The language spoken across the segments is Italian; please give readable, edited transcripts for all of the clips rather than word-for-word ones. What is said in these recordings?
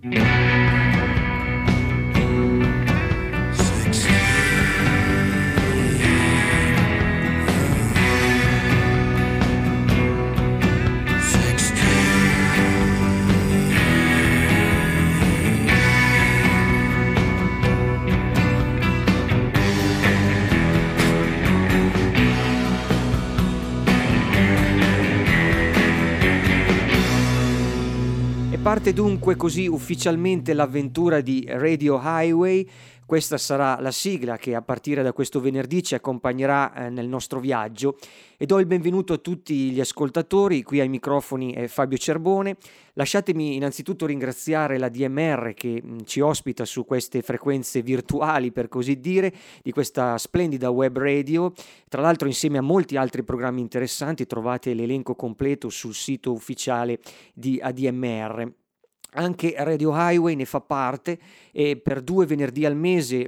Parte dunque così ufficialmente l'avventura di Radio Highway. Questa sarà la sigla che a partire da questo venerdì ci accompagnerà nel nostro viaggio, e do il benvenuto a tutti gli ascoltatori. Qui ai microfoni è Fabio Cerbone. Lasciatemi innanzitutto ringraziare la DMR che ci ospita su queste frequenze virtuali, per così dire, di questa splendida web radio. Tra l'altro, insieme a molti altri programmi interessanti, trovate l'elenco completo sul sito ufficiale di ADMR. Anche Radio Highway ne fa parte, e per 2 venerdì al mese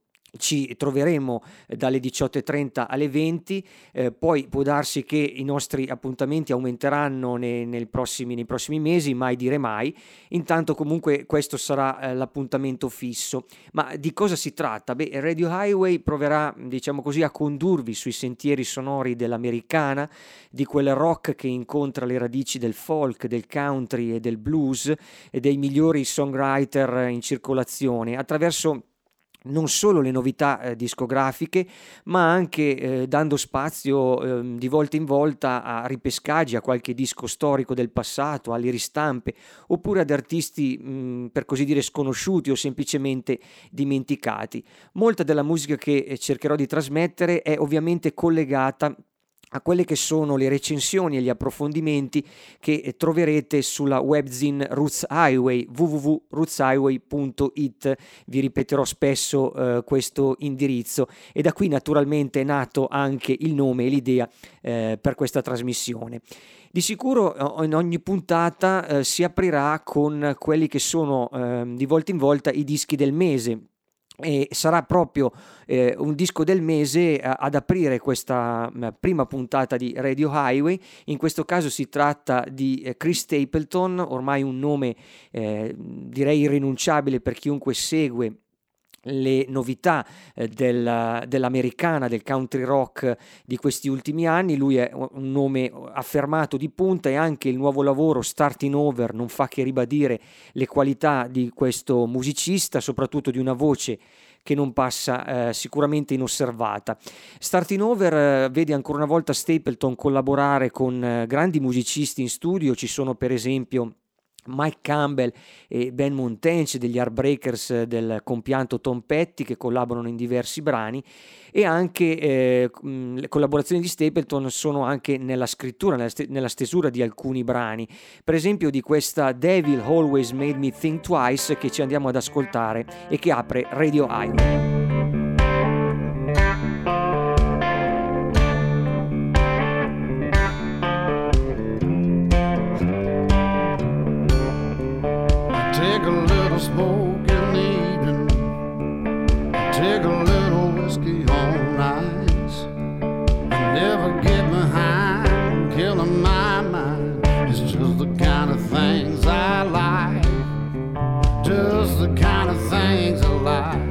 ci troveremo dalle 18:30 alle 20. Poi può darsi che i nostri appuntamenti aumenteranno nei prossimi mesi, mai dire mai. Intanto comunque questo sarà l'appuntamento fisso. Ma di cosa si tratta? Radio Highway proverà, diciamo così, a condurvi sui sentieri sonori dell'americana, di quel rock che incontra le radici del folk, del country e del blues, e dei migliori songwriter in circolazione, attraverso non solo le novità discografiche, ma anche dando spazio di volta in volta a ripescaggi, a qualche disco storico del passato, alle ristampe, oppure ad artisti per così dire sconosciuti o semplicemente dimenticati. Molta della musica che cercherò di trasmettere è ovviamente collegata a quelle che sono le recensioni e gli approfondimenti che troverete sulla webzine Roots Highway, www.rootshighway.it. Vi ripeterò spesso questo indirizzo, e da qui naturalmente è nato anche il nome e l'idea per questa trasmissione. Di sicuro in ogni puntata si aprirà con quelli che sono di volta in volta i dischi del mese, e sarà proprio un disco del mese ad aprire questa prima puntata di Radio Highway. In questo caso si tratta di Chris Stapleton, ormai un nome direi irrinunciabile per chiunque segue le novità dell'americana, del country rock di questi ultimi anni. Lui è un nome affermato di punta, e anche il nuovo lavoro Starting Over non fa che ribadire le qualità di questo musicista, soprattutto di una voce che non passa sicuramente inosservata. Starting Over vede ancora una volta Stapleton collaborare con grandi musicisti in studio. Ci sono per esempio Mike Campbell e Ben Montench degli Heartbreakers, del compianto Tom Petty, che collaborano in diversi brani, e anche le collaborazioni di Stapleton sono anche nella scrittura, nella stesura di alcuni brani, per esempio di questa Devil Always Made Me Think Twice, che ci andiamo ad ascoltare e che apre Radio Highway. Take a little smoke in the evening, take a little whiskey on ice. I never get behind killing my mind. It's just the kind of things I like, just the kind of things I like.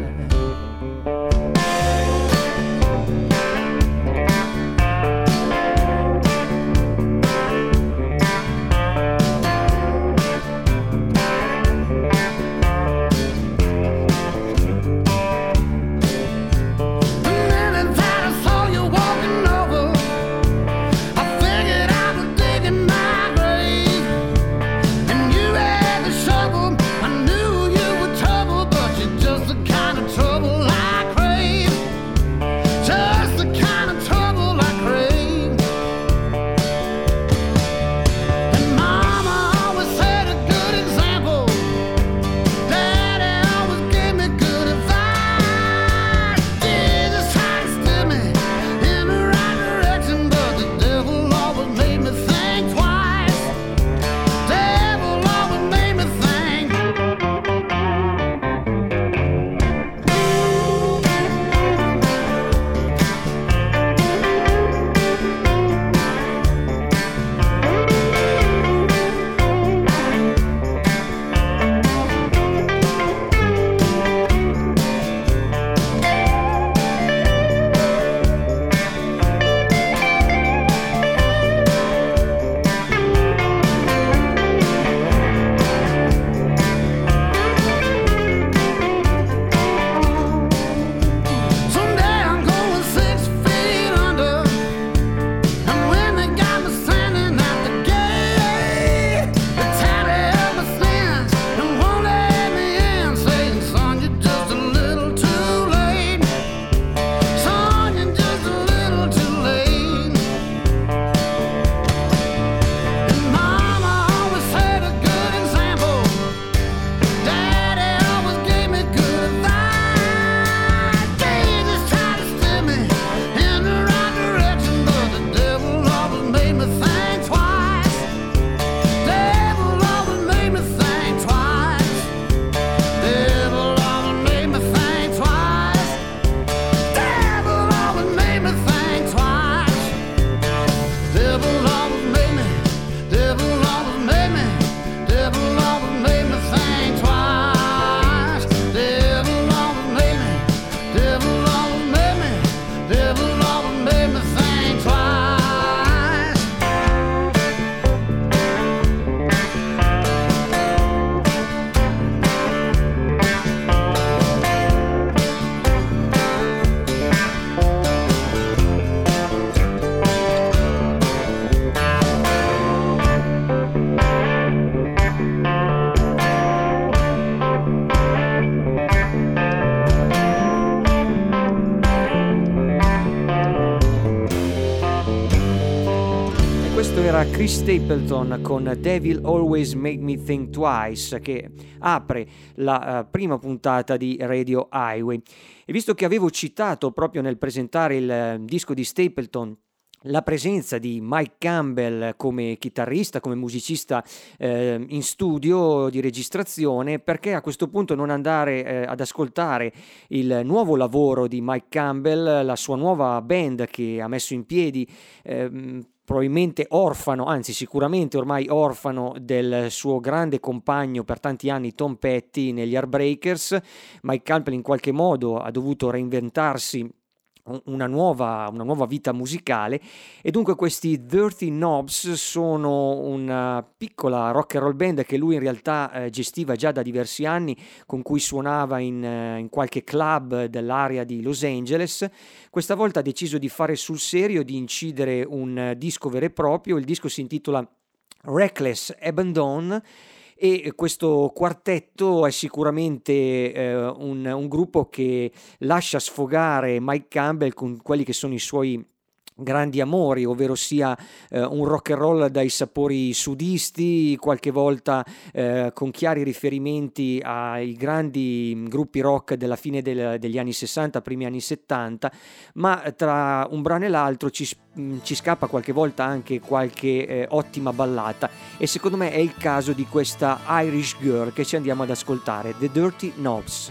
era Chris Stapleton con Devil Always Make Me Think Twice, che apre la prima puntata di Radio Highway. E visto che avevo citato proprio nel presentare il disco di Stapleton la presenza di Mike Campbell come chitarrista, come musicista in studio di registrazione, perché a questo punto non andare ad ascoltare il nuovo lavoro di Mike Campbell, la sua nuova band che ha messo in piedi, probabilmente orfano, anzi sicuramente ormai orfano del suo grande compagno per tanti anni Tom Petty negli Heartbreakers. Mike Campbell in qualche modo ha dovuto reinventarsi una nuova vita musicale, e dunque questi Dirty Knobs sono una piccola rock and roll band che lui in realtà gestiva già da diversi anni, con cui suonava in qualche club dell'area di Los Angeles. Questa volta ha deciso di fare sul serio, di incidere un disco vero e proprio. Il disco si intitola Reckless Abandon, e questo quartetto è sicuramente un gruppo che lascia sfogare Mike Campbell con quelli che sono i suoi grandi amori, ovvero sia un rock and roll dai sapori sudisti, qualche volta con chiari riferimenti ai grandi gruppi rock della fine degli anni 60, primi anni 70, ma tra un brano e l'altro ci scappa qualche volta anche qualche ottima ballata, e secondo me è il caso di questa Irish Girl che ci andiamo ad ascoltare, The Dirty Knobs.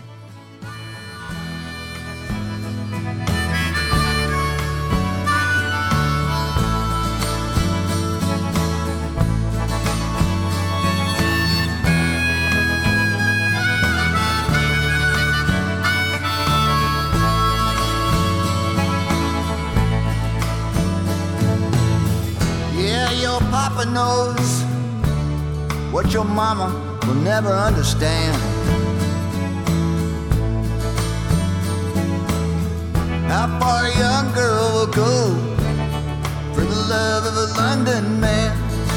Papa knows what your mama will never understand. How far a young girl will go for the love of a London man.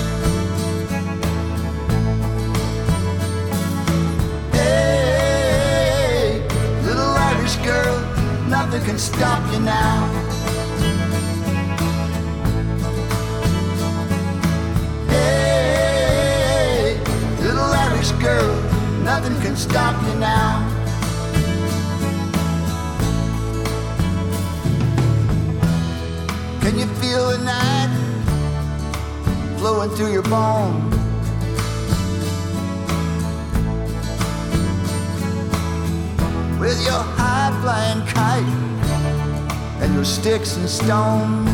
Hey, little Irish girl, nothing can stop you now. Girl, nothing can stop you now. Can you feel the night flowing through your bones? With your high-flying kite and your sticks and stones.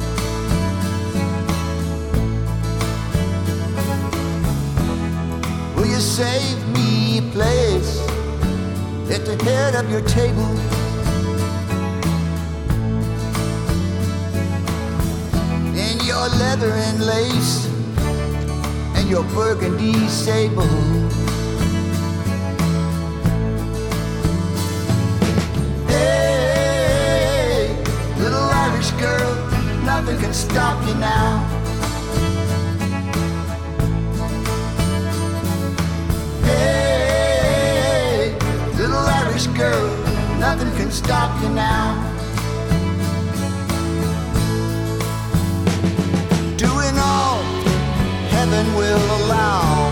Save me a place at the head of your table. In your leather and lace and your burgundy sable. Hey, little Irish girl, nothing can stop you now. Girl, nothing can stop you now. Doing all heaven will allow.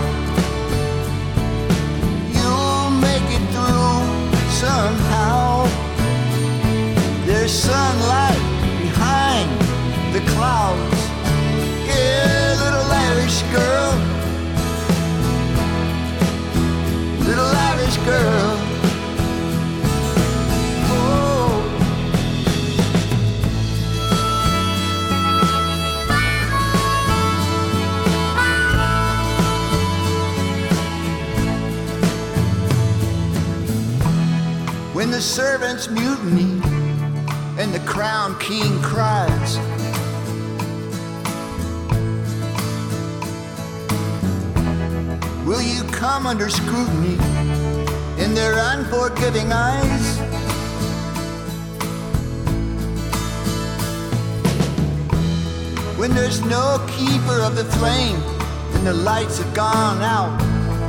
You'll make it through somehow. There's sunlight behind the clouds. Yeah, little Irish girl. Little Irish girl. When the servants mutiny and the crown king cries, will you come under scrutiny in their unforgiving eyes? When there's no keeper of the flame and the lights have gone out,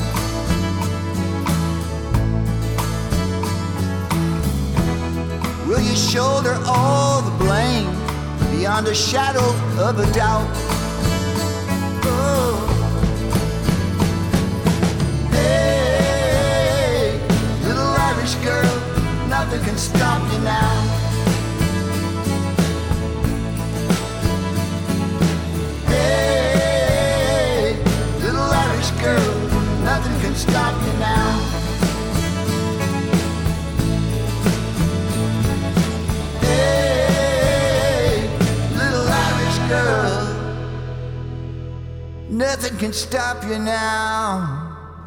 will you shoulder all the blame beyond a shadow of a doubt? girl, nothing can stop you now. Hey, little Irish girl, nothing can stop you now.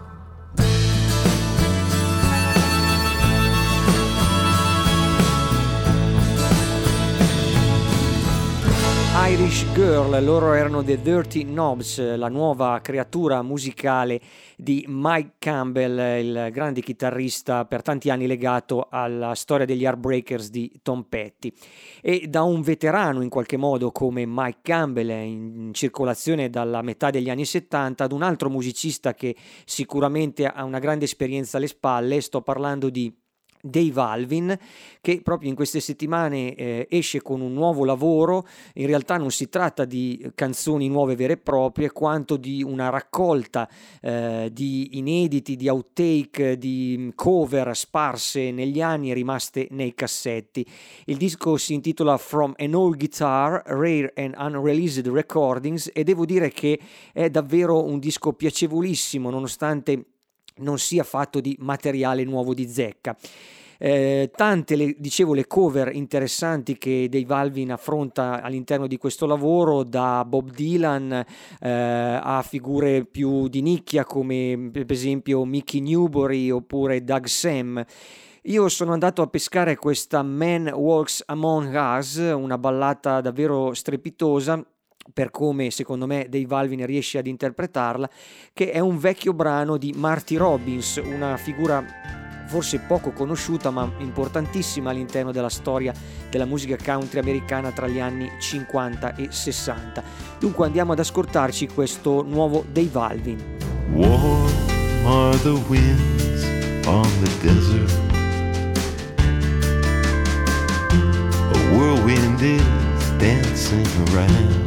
Irish Girl, loro erano The Dirty Knobs, la nuova creatura musicale di Mike Campbell, il grande chitarrista per tanti anni legato alla storia degli Heartbreakers di Tom Petty. E da un veterano in qualche modo come Mike Campbell, in circolazione dalla metà degli anni 70, ad un altro musicista che sicuramente ha una grande esperienza alle spalle, sto parlando di Dave Alvin, che proprio in queste settimane esce con un nuovo lavoro. In realtà non si tratta di canzoni nuove vere e proprie, quanto di una raccolta di inediti, di outtake, di cover sparse negli anni e rimaste nei cassetti. Il disco si intitola From an Old Guitar, Rare and Unreleased Recordings, e devo dire che è davvero un disco piacevolissimo, nonostante non sia fatto di materiale nuovo di zecca. Tante le cover interessanti che Dave Alvin affronta all'interno di questo lavoro, da Bob Dylan a figure più di nicchia come per esempio Mickey Newbury oppure Doug Sam. Io sono andato a pescare questa Man Walks Among Us, una ballata davvero strepitosa per come secondo me Dave Alvin riesce ad interpretarla, che è un vecchio brano di Marty Robbins, una figura forse poco conosciuta ma importantissima all'interno della storia della musica country americana tra gli anni 50 e 60. Dunque andiamo ad ascoltarci questo nuovo Dave Alvin. Warm are the winds on the desert. A whirlwind is dancing around.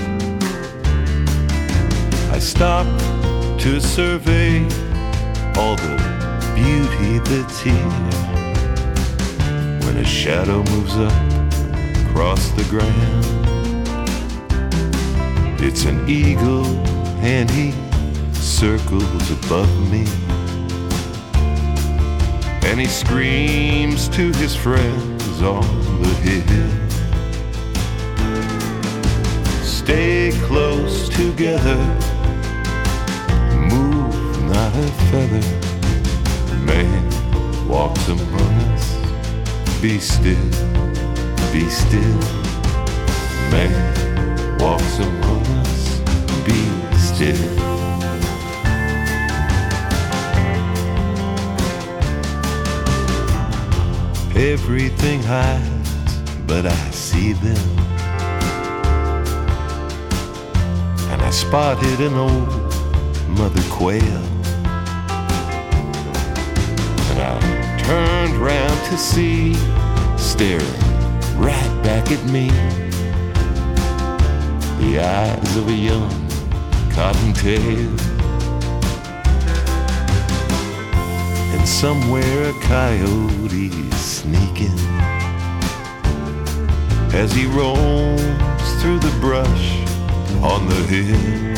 I stop to survey all the beauty that's here. When a shadow moves up across the ground, it's an eagle and he circles above me, and he screams to his friends on the hill. Stay close together, move not a feather. Man walks among us, be still, be still. Man walks among us, be still. Everything hides, but I see them. And I spotted an old mother quail. And I turned round to see, staring right back at me, the eyes of a young cottontail. And somewhere a coyote is sneaking as he roams through the brush on the hill.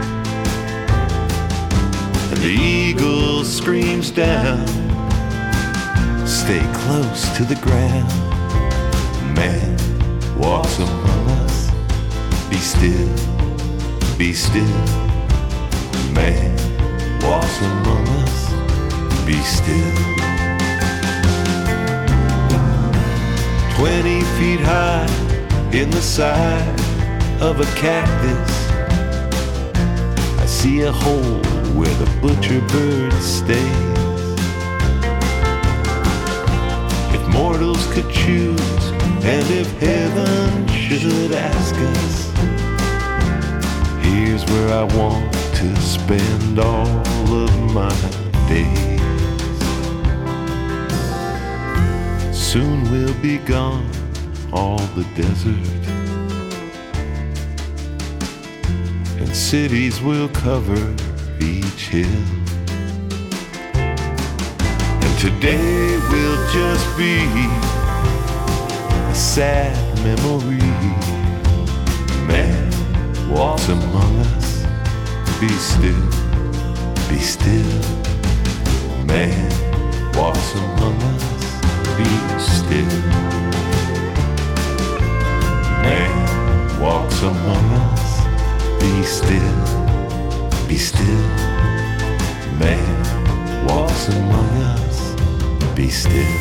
And the eagle screams down, stay close to the ground. Man walks among us, be still, be still. Man walks among us, be still. 20 feet high in the side of a cactus, I see a hole where the butcher bird stays. If mortals could choose, and if heaven should ask us, here's where I want to spend all of my days. Soon we'll be gone, all the desert, and cities will cover each hill. And today will just be a sad memory. Man walks among us, be still, still. Man walks among us, be still. Man walks among us, be still, be still. Man walks among us, be still.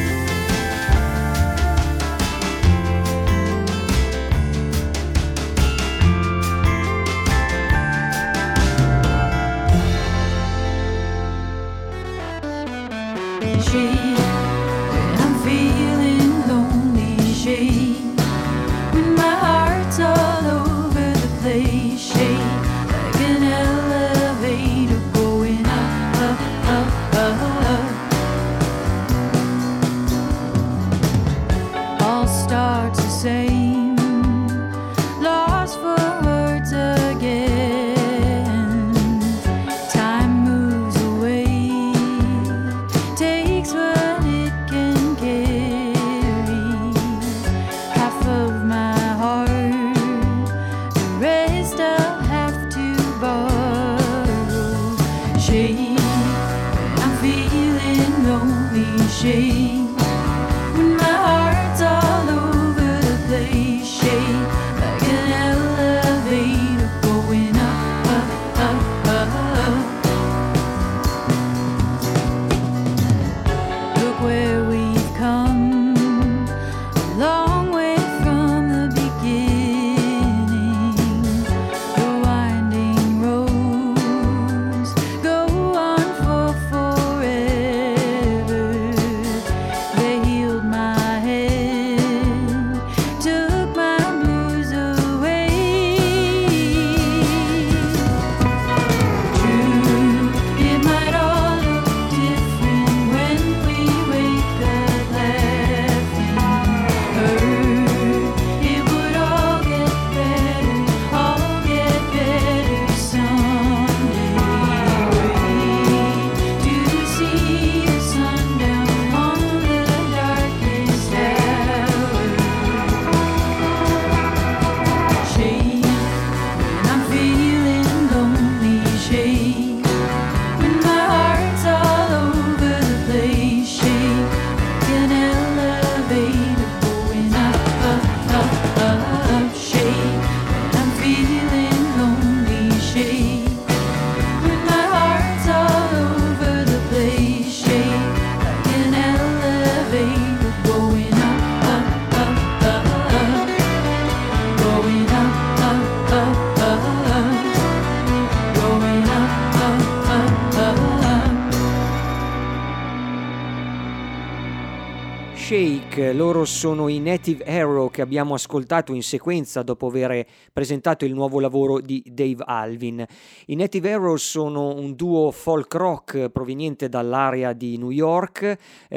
Loro sono i Native Arrow che abbiamo ascoltato in sequenza dopo aver presentato il nuovo lavoro di Dave Alvin. I Native Arrow sono un duo folk rock proveniente dall'area di New York,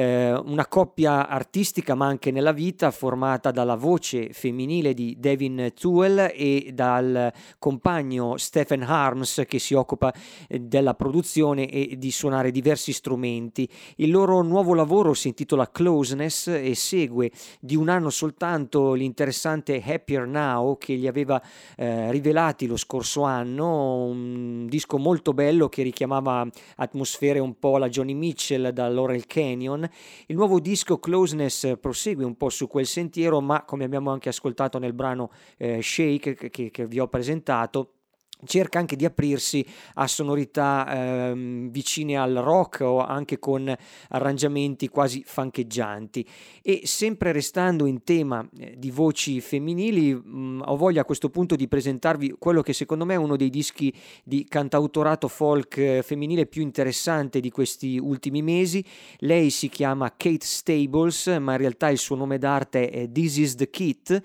una coppia artistica ma anche nella vita formata dalla voce femminile di Devin Towell e dal compagno Stephen Harms che si occupa della produzione e di suonare diversi strumenti. Il loro nuovo lavoro si intitola Closeness e segue di un anno soltanto l'interessante Happier Now che li aveva rivelati lo scorso anno, un disco molto bello che richiamava atmosfere un po' alla Johnny Mitchell da Laurel Canyon. Il nuovo disco Closeness prosegue un po' su quel sentiero, ma come abbiamo anche ascoltato nel brano Shake che vi ho presentato, cerca anche di aprirsi a sonorità vicine al rock o anche con arrangiamenti quasi funkeggianti. E sempre restando in tema di voci femminili, ho voglia a questo punto di presentarvi quello che secondo me è uno dei dischi di cantautorato folk femminile più interessante di questi ultimi mesi. Lei si chiama Kate Stables, ma in realtà il suo nome d'arte è This Is The Kit.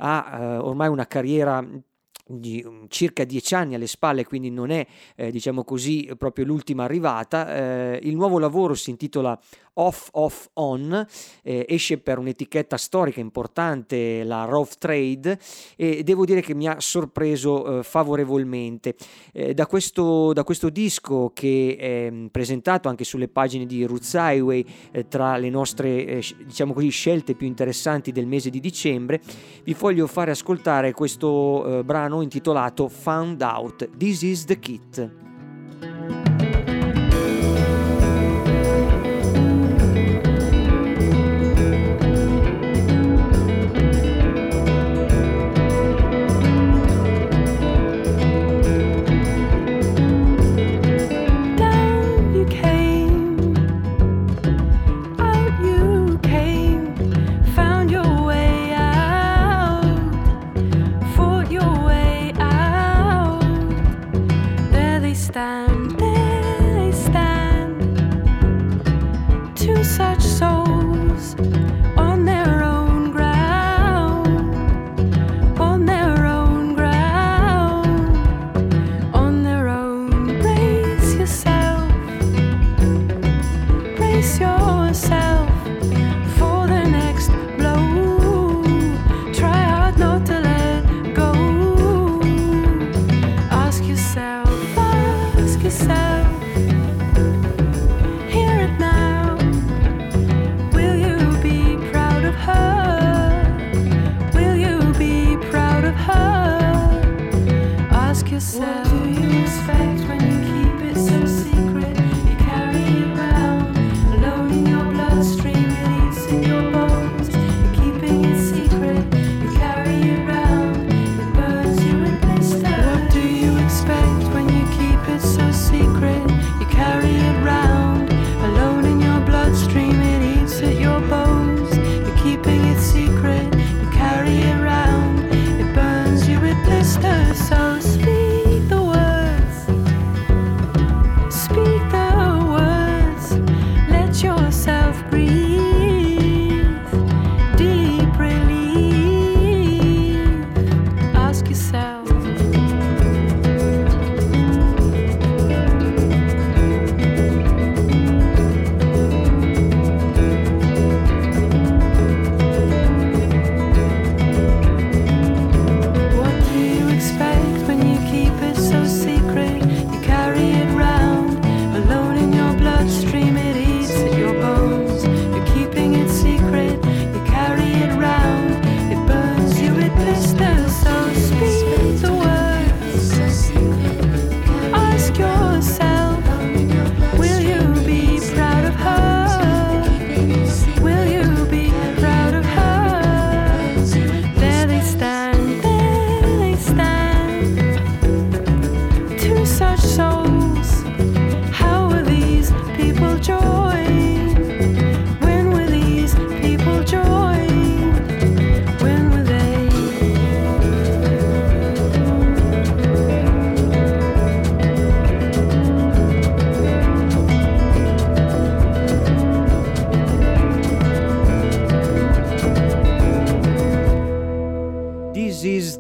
Ha ormai una carriera di circa 10 anni alle spalle, quindi non è diciamo così proprio l'ultima arrivata. Il nuovo lavoro si intitola Off Off On, esce per un'etichetta storica importante, la Rough Trade, e devo dire che mi ha sorpreso favorevolmente. Da questo disco, che è presentato anche sulle pagine di Roots Highway tra le nostre diciamo così scelte più interessanti del mese di dicembre, vi voglio fare ascoltare questo brano intitolato Found Out. This is the Kit.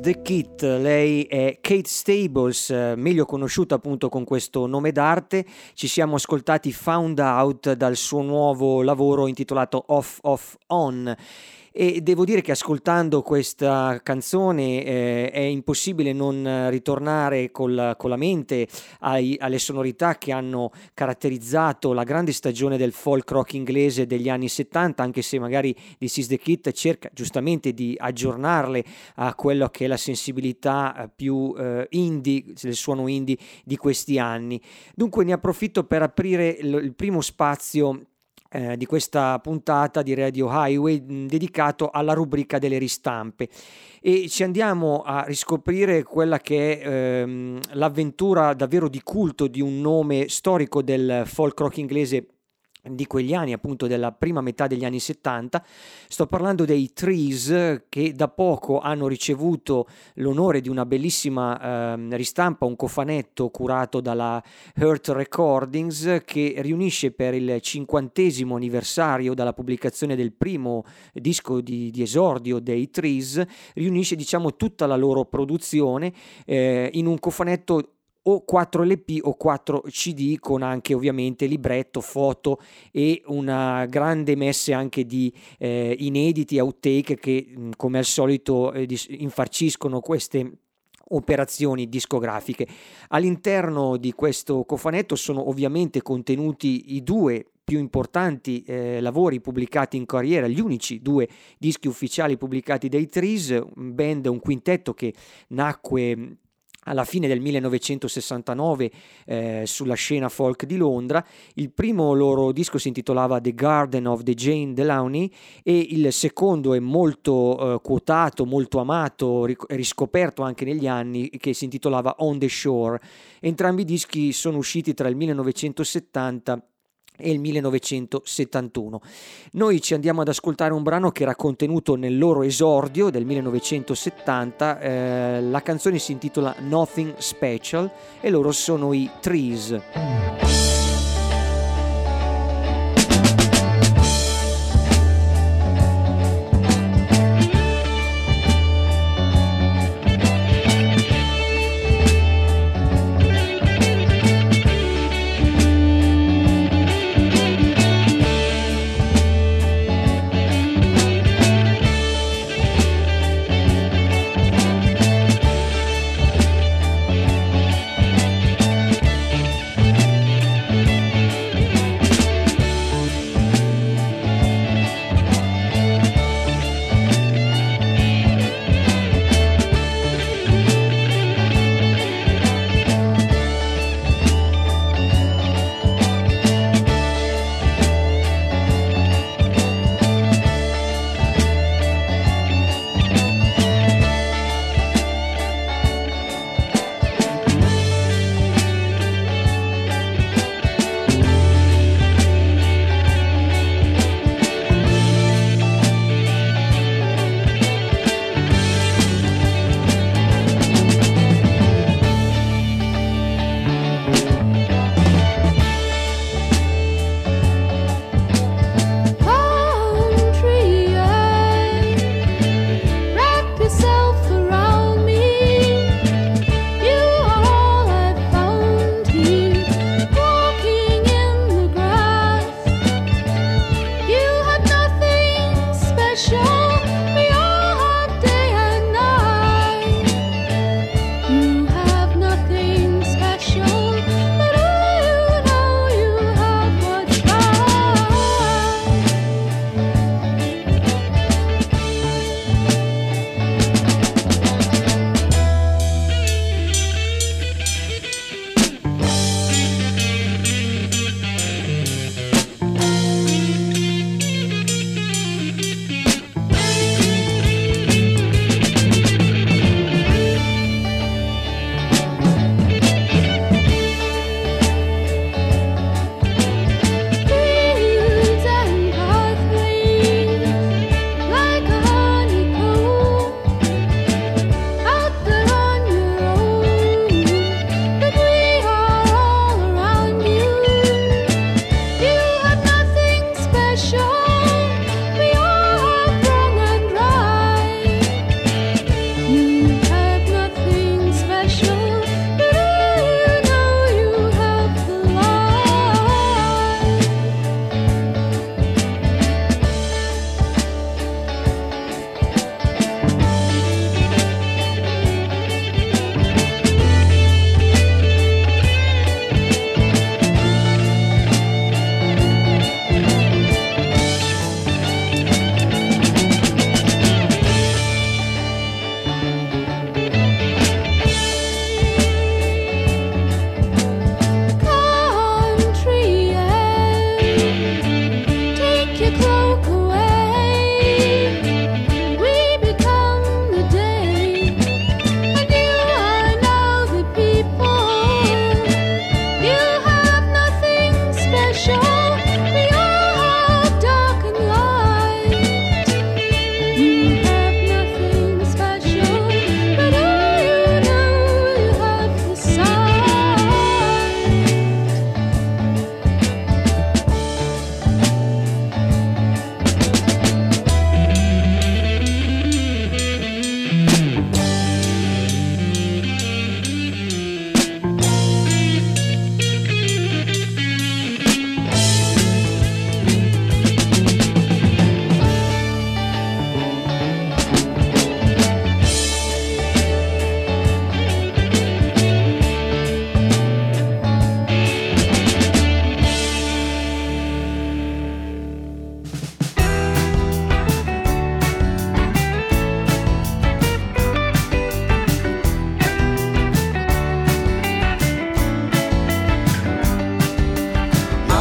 the Kit. Lei è Kate Stables, meglio conosciuta appunto con questo nome d'arte. Ci siamo ascoltati Found Out dal suo nuovo lavoro intitolato Off Off On. E devo dire che ascoltando questa canzone è impossibile non ritornare con la mente alle sonorità che hanno caratterizzato la grande stagione del folk rock inglese degli anni 70, anche se magari This Is The Kid cerca giustamente di aggiornarle a quello che è la sensibilità più indie, del suono indie di questi anni. Dunque ne approfitto per aprire il primo spazio di questa puntata di Radio Highway dedicato alla rubrica delle ristampe, e ci andiamo a riscoprire quella che è l'avventura davvero di culto di un nome storico del folk rock inglese di quegli anni, appunto della prima metà degli anni 70. Sto parlando dei Trees, che da poco hanno ricevuto l'onore di una bellissima ristampa, un cofanetto curato dalla Hurt Recordings, che riunisce per il 50° anniversario dalla pubblicazione del primo disco di esordio dei Trees, riunisce diciamo tutta la loro produzione in un cofanetto o 4 LP o 4 CD, con anche ovviamente libretto, foto e una grande messe anche di inediti, outtake che come al solito infarciscono queste operazioni discografiche. All'interno di questo cofanetto sono ovviamente contenuti i due più importanti lavori pubblicati in carriera, gli unici 2 dischi ufficiali pubblicati dai Trees, un quintetto che nacque alla fine del 1969 sulla scena folk di Londra. Il primo loro disco si intitolava The Garden of the Jane Delaunay e il secondo è molto quotato, molto amato, riscoperto anche negli anni, che si intitolava On the Shore. Entrambi i dischi sono usciti tra il 1970 e il 1971. Noi ci andiamo ad ascoltare un brano che era contenuto nel loro esordio del 1970, la canzone si intitola Nothing Special e loro sono i Trees.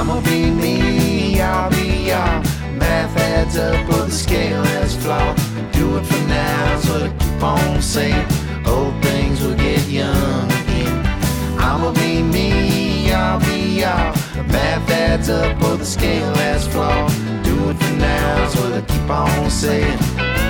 I'ma be me, I'll be y'all. Math adds up, but the scale has flaw. Do it for now, so to keep on saying. Old things will get young again. I'ma be me, I'll be y'all. Math adds up, but the scale has flaw. Do it for now, so to keep on saying.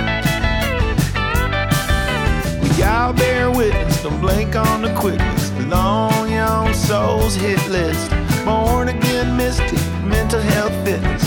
Y'all bear witness, don't blink on the quickness. Belong your own soul's hit list. Born again mystic, mental health fitness.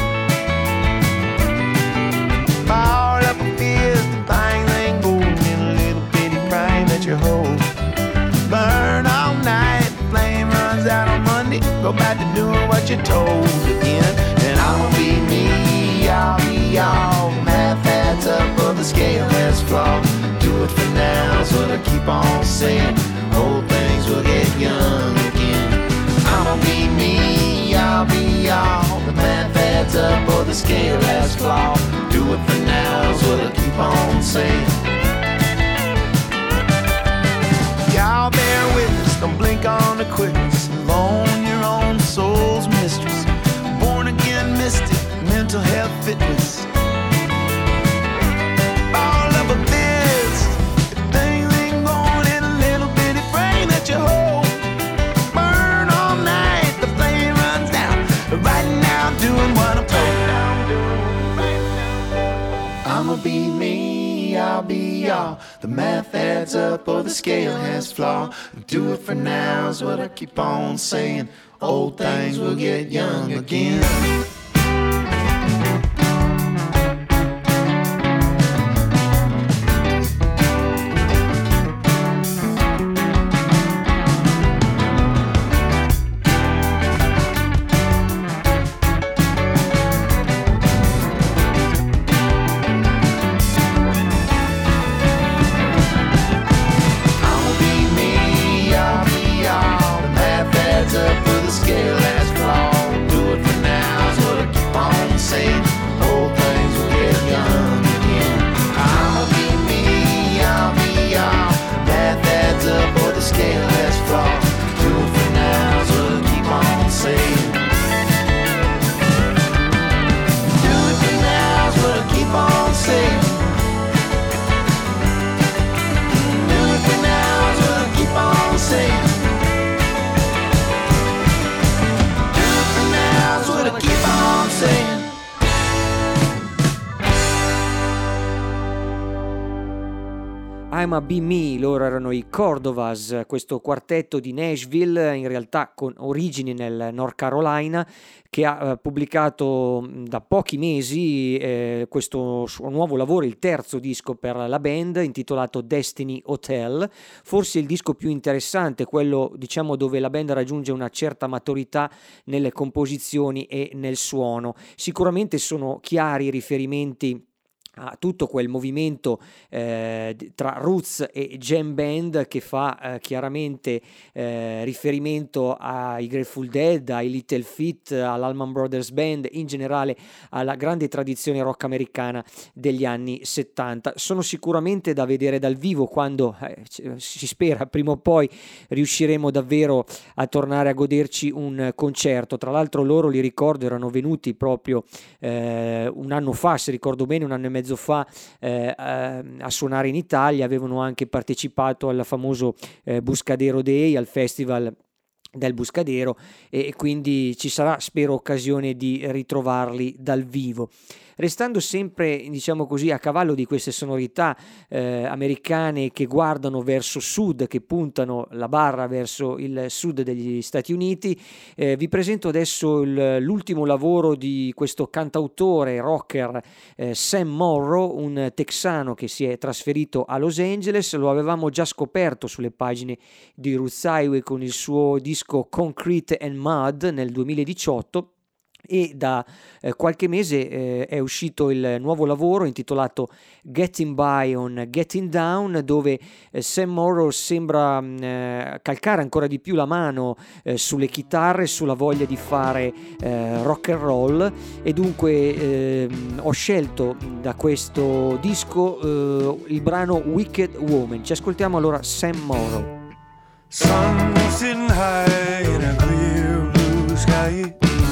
Fired up a fist, the things ain't golden in a little bitty frame that you hold. Burn all night, the flame runs out on Monday. Go back to doing what you're told again. And I'ma be me, I'll be y'all. Math adds up, but the scale has flaw. Do it for now, so to keep on saying. Old things will get young again. I'ma be me, I'll be y'all. The math adds up, or the scale has flaw. Do it for now, so to keep on saying. Y'all bear witness, don't blink on the quickness. Alone your own soul's mistress. Born again mystic, mental health fitness. All of a fist, if things ain't going in a little bitty frame that you hold. Burn all night, the flame runs down. Right now I'm doing what I'm told. I'ma be me, I'll be y'all. The math adds up, or the scale has flaw. Do it for now is what I keep on saying. Old things will get young again. I'ma Be Me, loro erano i Cordovas, questo quartetto di Nashville, in realtà con origini nel North Carolina, che ha pubblicato da pochi mesi questo suo nuovo lavoro, il terzo disco per la band, intitolato Destiny Hotel, forse il disco più interessante, quello diciamo dove la band raggiunge una certa maturità nelle composizioni e nel suono. Sicuramente sono chiari riferimenti a tutto quel movimento tra roots e jam band che fa chiaramente riferimento ai Grateful Dead, ai Little Feat, all'Allman Brothers Band, in generale alla grande tradizione rock americana degli anni 70. Sono sicuramente da vedere dal vivo quando si spera prima o poi riusciremo davvero a tornare a goderci un concerto. Tra l'altro loro, li ricordo, erano venuti proprio un anno fa, se ricordo bene, un anno e mezzo fa a suonare in Italia. Avevano anche partecipato al famoso Buscadero Day, al festival del Buscadero, e quindi ci sarà, spero, occasione di ritrovarli dal vivo. Restando sempre, diciamo così, a cavallo di queste sonorità americane che guardano verso sud, che puntano la barra verso il sud degli Stati Uniti, vi presento adesso l'ultimo lavoro di questo cantautore rocker Sam Morrow, un texano che si è trasferito a Los Angeles. Lo avevamo già scoperto sulle pagine di Roots Highway con il suo disco Concrete and Mud nel 2018. E da qualche mese è uscito il nuovo lavoro intitolato Getting By on Getting Down, dove Sam Morrow sembra calcare ancora di più la mano sulle chitarre, sulla voglia di fare rock and roll, e dunque ho scelto da questo disco il brano Wicked Woman. Ci ascoltiamo allora Sam Morrow. Sun sitting high in a clear blue sky.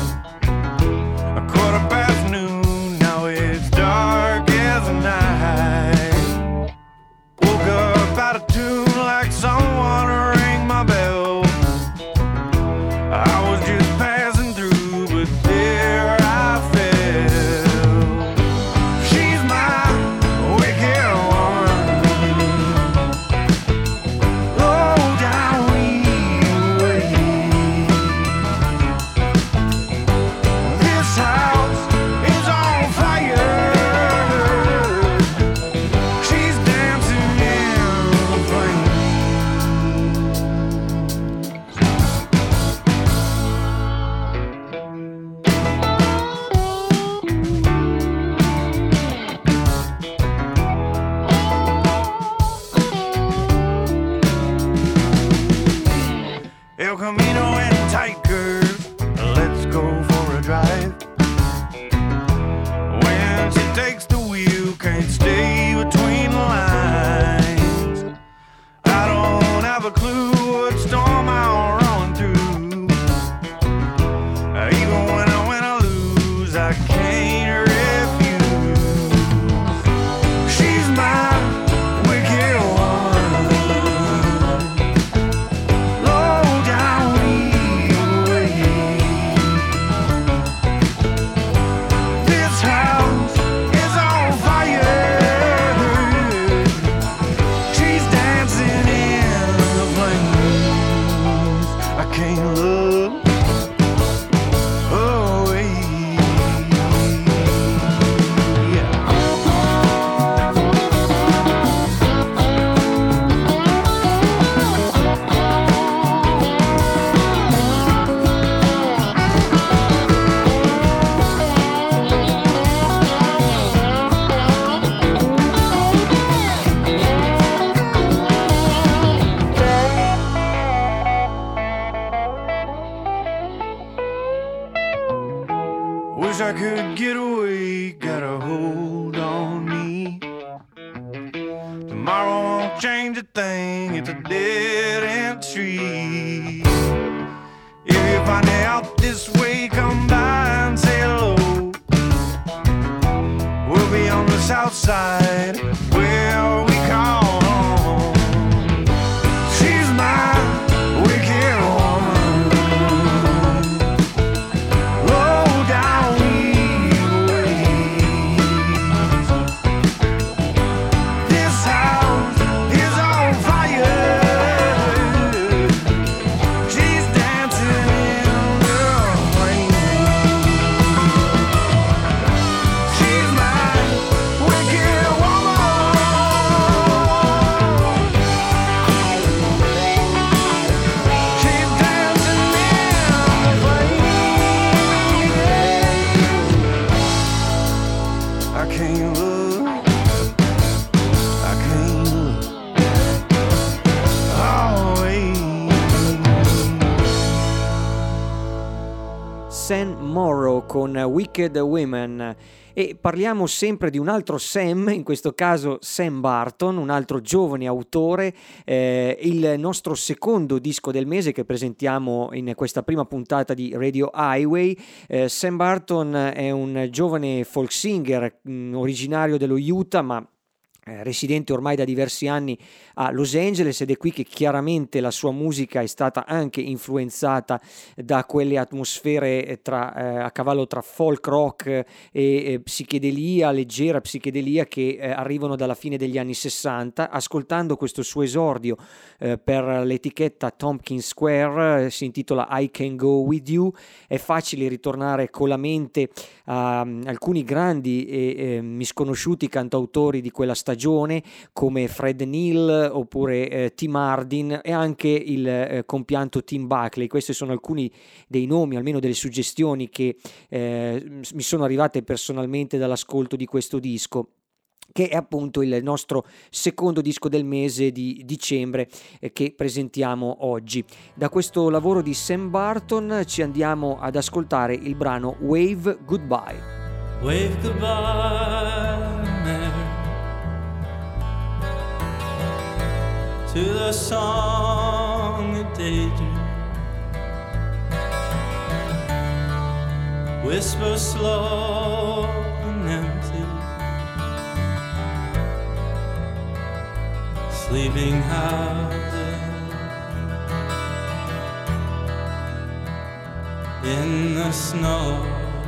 Wish I could get away, got a hold on me. Tomorrow won't change a thing, it's a dead-end tree. If you find me out this way, come by and say hello. We'll be on the south side, where we call home. She's my wicked woman, low down evil ways. This house is on fire. She's dancing in the rain. She's my wicked woman. She's dancing in the rain. I can't look, I can't look away. Sam Morrow con Wicked Women. E parliamo sempre di un altro Sam, in questo caso Sam Barton, un altro giovane autore, il nostro secondo disco del mese che presentiamo in questa prima puntata di Radio Highway. Sam Barton è un giovane folk singer originario dello Utah, ma residente ormai da diversi anni a Los Angeles, ed è qui che chiaramente la sua musica è stata anche influenzata da quelle atmosfere a cavallo tra folk rock e psichedelia, leggera psichedelia, che arrivano dalla fine degli anni 60. Ascoltando questo suo esordio per l'etichetta Tompkins Square, si intitola I Can Go With You, è facile ritornare con la mente a alcuni grandi e misconosciuti cantautori di quella stagione, come Fred Neil oppure Tim Hardin, e anche il compianto Tim Buckley. Questi sono alcuni dei nomi, almeno delle suggestioni che mi sono arrivate personalmente dall'ascolto di questo disco, che è appunto il nostro secondo disco del mese di dicembre che presentiamo oggi. Da questo lavoro di Sam Barton ci andiamo ad ascoltare il brano Wave Goodbye. Wave goodbye, Mary, to the song of daydream. Whisper slow and empty, sleeping houses in the snow.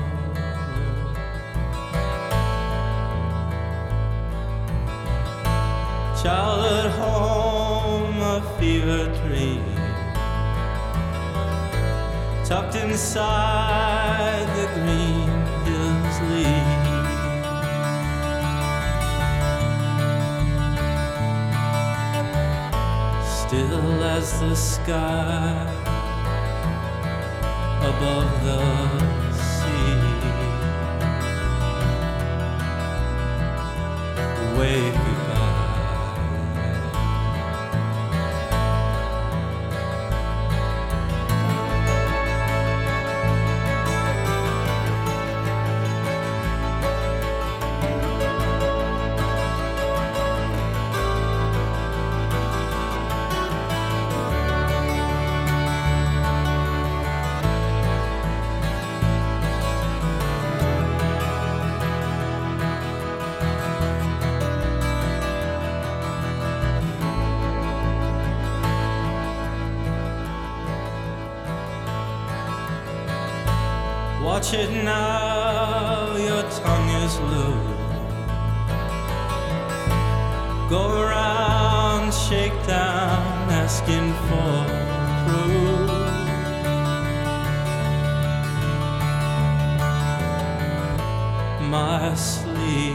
Childhood home, a fever dream, tucked inside the green hills leaf. Still as the sky above the sea. Wave goodbye. Watch it now, your tongue is loose. Go around, shake down, asking for proof. My sleep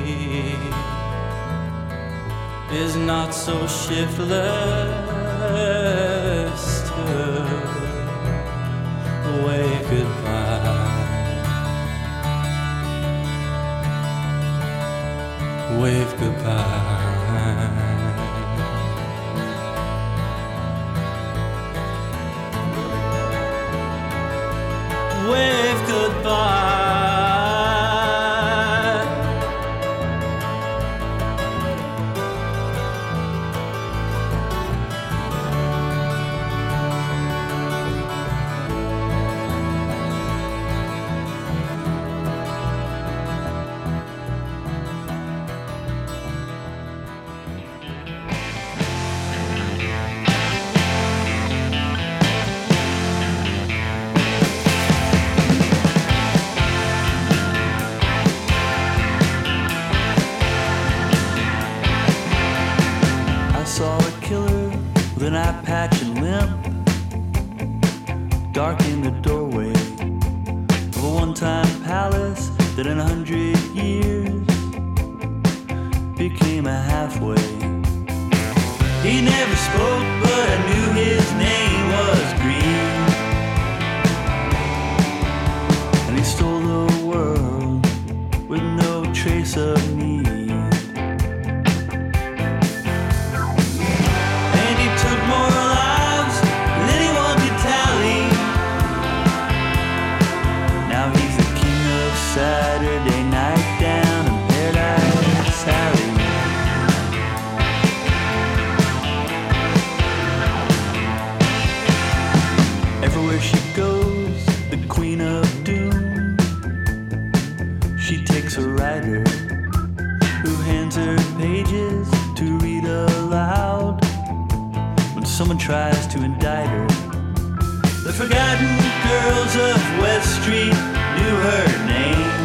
is not so shiftless to wave goodbye. Wave goodbye. Wave goodbye. that in 100 years became a halfway. He never spoke, but I knew his name was Green. And he stole the world with no trace of need. And he took more lives than anyone could tally. Now he's the king of Saturday night down in Paradise Alley. Everywhere she goes, the queen of doom, she takes a writer who hands her pages to read aloud when someone tries to indict her. The forgotten girls of West Street knew her name,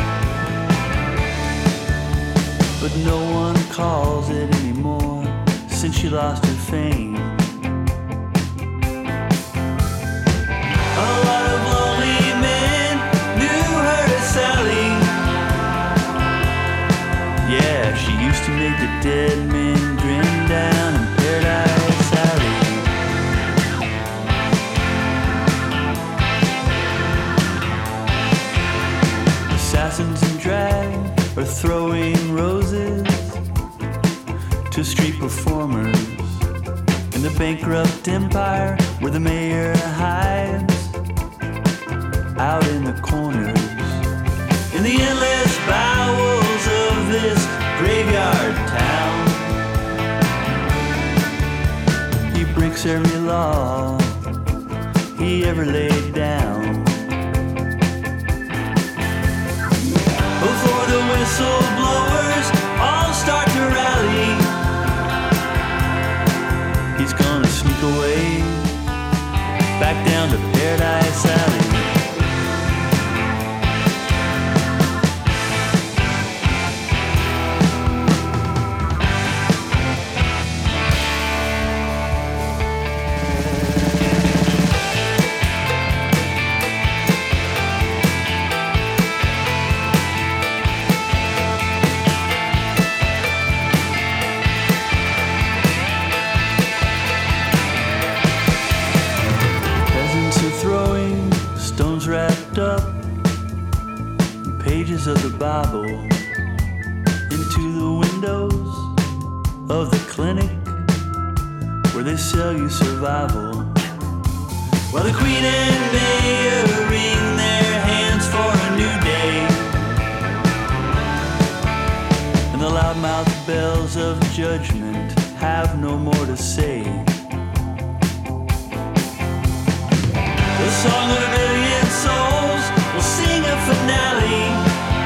but no one calls it anymore since she lost her fame. A lot of lonely men knew her as Sally. Yeah, she used to make the dead men grin down in Paradise Alley. Assassins in drag are throwing roses to street performers in the bankrupt empire where the mayor hides out in the corners, in the endless bowels of this graveyard town. He breaks every law he ever laid down. Before the whistleblowers all start to rally, he's gonna sneak away back down to Paradise Alley. Of the Bible into the windows of the clinic where they sell you survival, while the queen and mayor wring their hands for a new day, and the loudmouth bells of judgment have no more to say. The song of a million souls will sing a finale,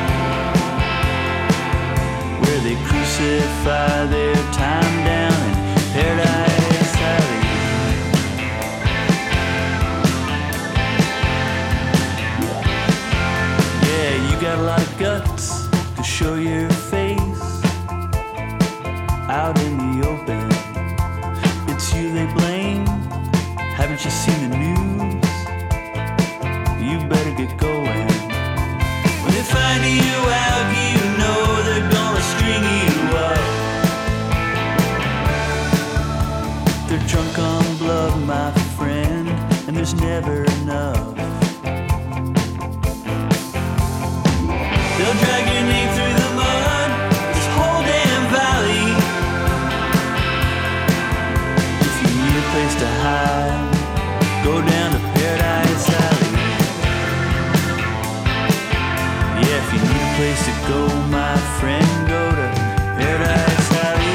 they crucify their time down in Paradise Alley. Yeah, you got a lot of guts to show your face out in the open. It's you they blame. Haven't you seen the news? You better get going. When they find you out, you know they're gonna string you up. They're drunk on blood, my friend, and there's never enough. They'll drag your name through the mud, this whole damn valley. If you need a place to hide, go down to Paradise Alley. Yeah, if you need a place to go, my friend, go to Paradise Alley.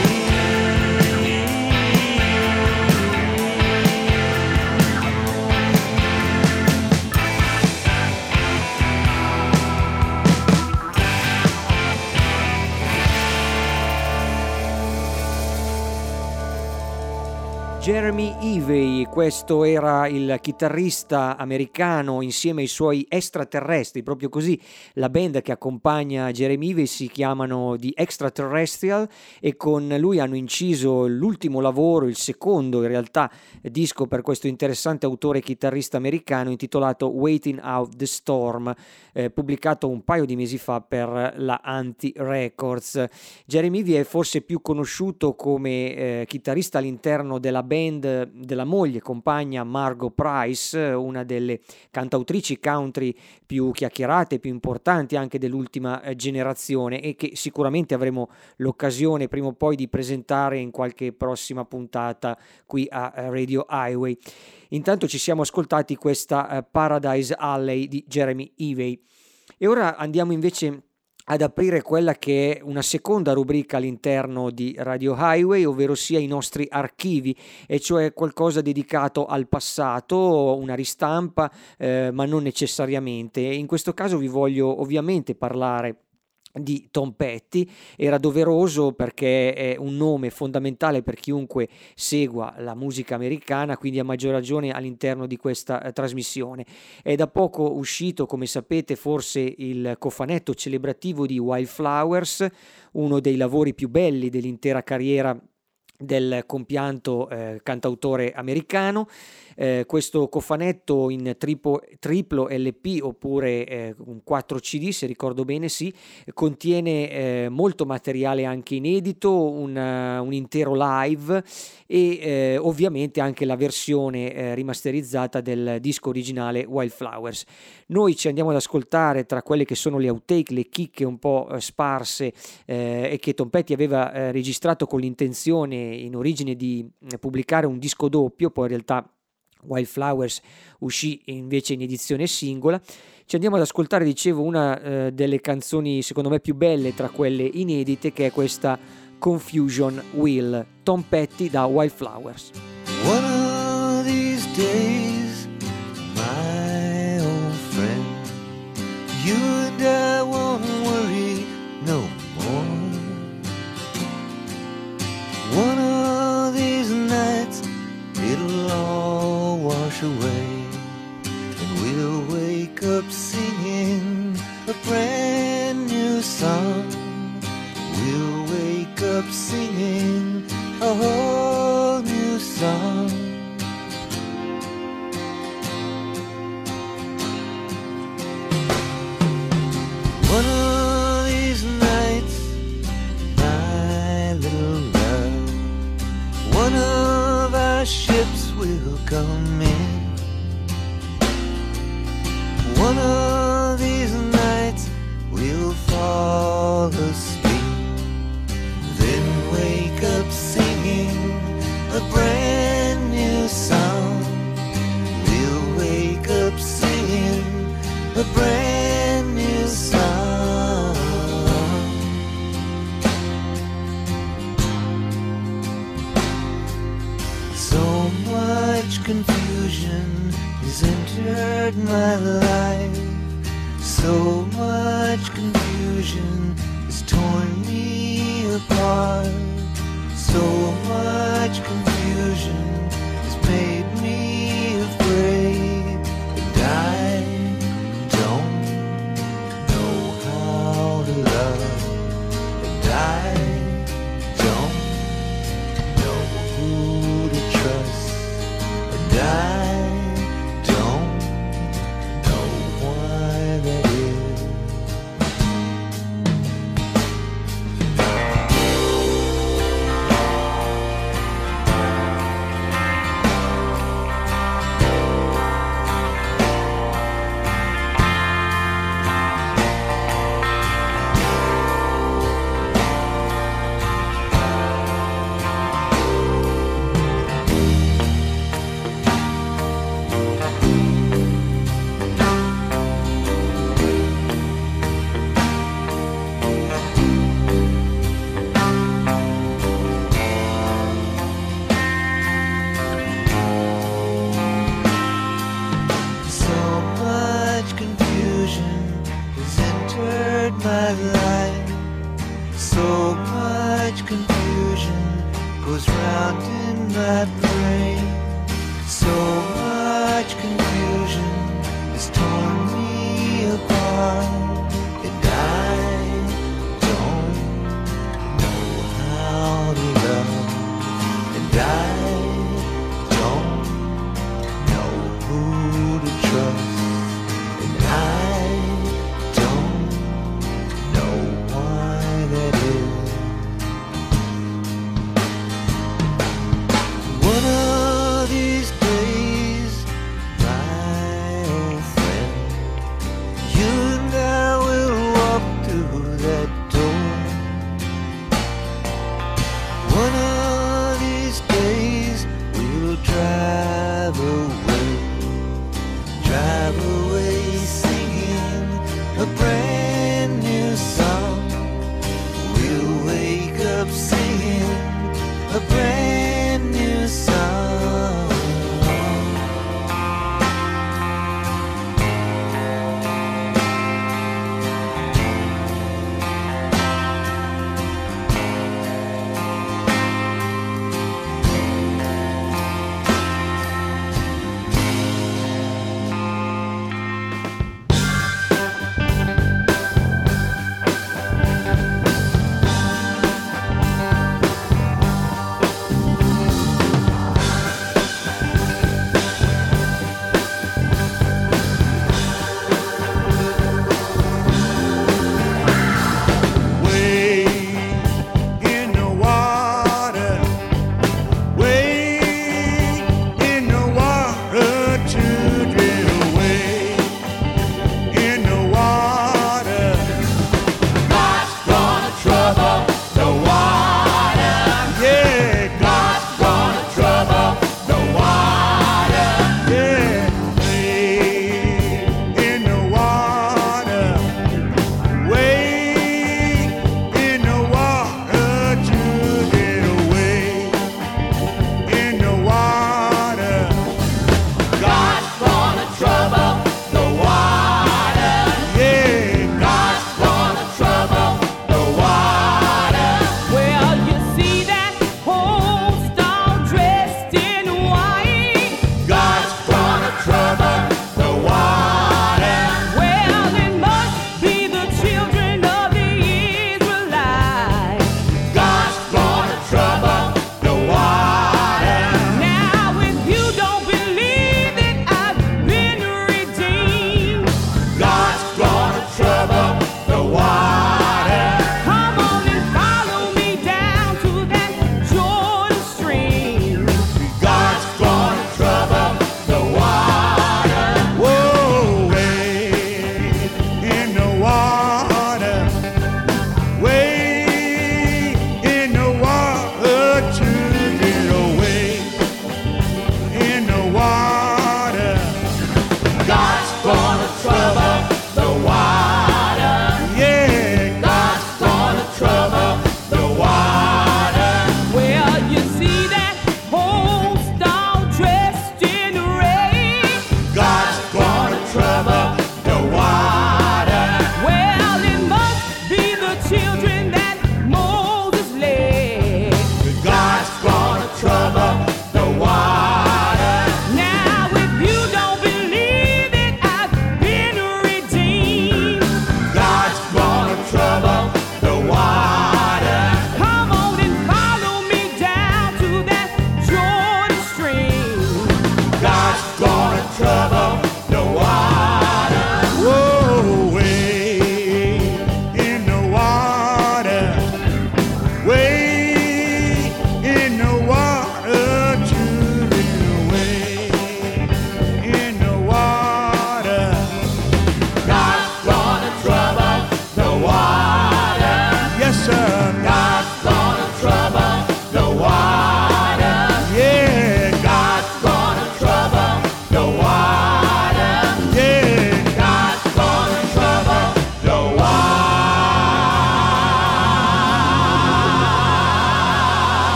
Jeremy Ivey, questo era il chitarrista americano insieme ai suoi extraterrestri, proprio così la band che accompagna Jeremy Ivey si chiamano The Extraterrestrial e con lui hanno inciso l'ultimo lavoro, il secondo in realtà disco per questo interessante autore e chitarrista americano intitolato Waiting Out the Storm, pubblicato un paio di mesi fa per la Anti Records. Jeremy Ivey è forse più conosciuto come chitarrista all'interno della band della moglie compagna Margo Price, una delle cantautrici country più chiacchierate, più importanti anche dell'ultima generazione e che sicuramente avremo l'occasione prima o poi di presentare in qualche prossima puntata qui a Radio Highway. Intanto ci siamo ascoltati questa Paradise Alley di Jeremy Ivey e ora andiamo invece ad aprire quella che è una seconda rubrica all'interno di Radio Highway, ovvero sia i nostri archivi, e cioè qualcosa dedicato al passato, una ristampa, ma non necessariamente. In questo caso vi voglio ovviamente parlare di Tom Petty. Era doveroso perché è un nome fondamentale per chiunque segua la musica americana, quindi a maggior ragione all'interno di questa trasmissione. È da poco uscito, come sapete, forse il cofanetto celebrativo di Wildflowers, uno dei lavori più belli dell'intera carriera del compianto cantautore americano. Questo cofanetto in triplo LP oppure un 4 CD, se ricordo bene, sì, contiene molto materiale anche inedito, un intero live e ovviamente anche la versione rimasterizzata del disco originale Wildflowers. Noi ci andiamo ad ascoltare tra quelle che sono le outtake, le chicche un po' sparse e che Tom Petty aveva registrato con l'intenzione in origine di pubblicare un disco doppio, poi in realtà Wildflowers uscì invece in edizione singola. Ci andiamo ad ascoltare, dicevo, una delle canzoni secondo me più belle tra quelle inedite, che è questa Confusion Will, Tom Petty da Wildflowers. One of these days, my old friend, you and I won't worry no more. One of these nights, it'll all wash away, and we'll wake up singing a brand new song. We'll wake up singing a whole new song. One of these nights, my little love, one of our ships will come in. One of these nights we'll fall asleep, then wake up singing a brand new song. We'll wake up singing a brand new song. So much confusion has entered my life. So much confusion has torn me apart. So much confusion has made me afraid, and I don't know how to love, and I don't know who to trust, and I don't know why that is. My life, so much confusion goes round in my brain. So much confusion has torn me apart, and I don't know how to love, and I don't know who to trust, and I don't know why that is. One of these days, my old friend, you and I will walk through that door. One of these days, we'll drive away singing a brand new song. We'll wake up singing a brand new song.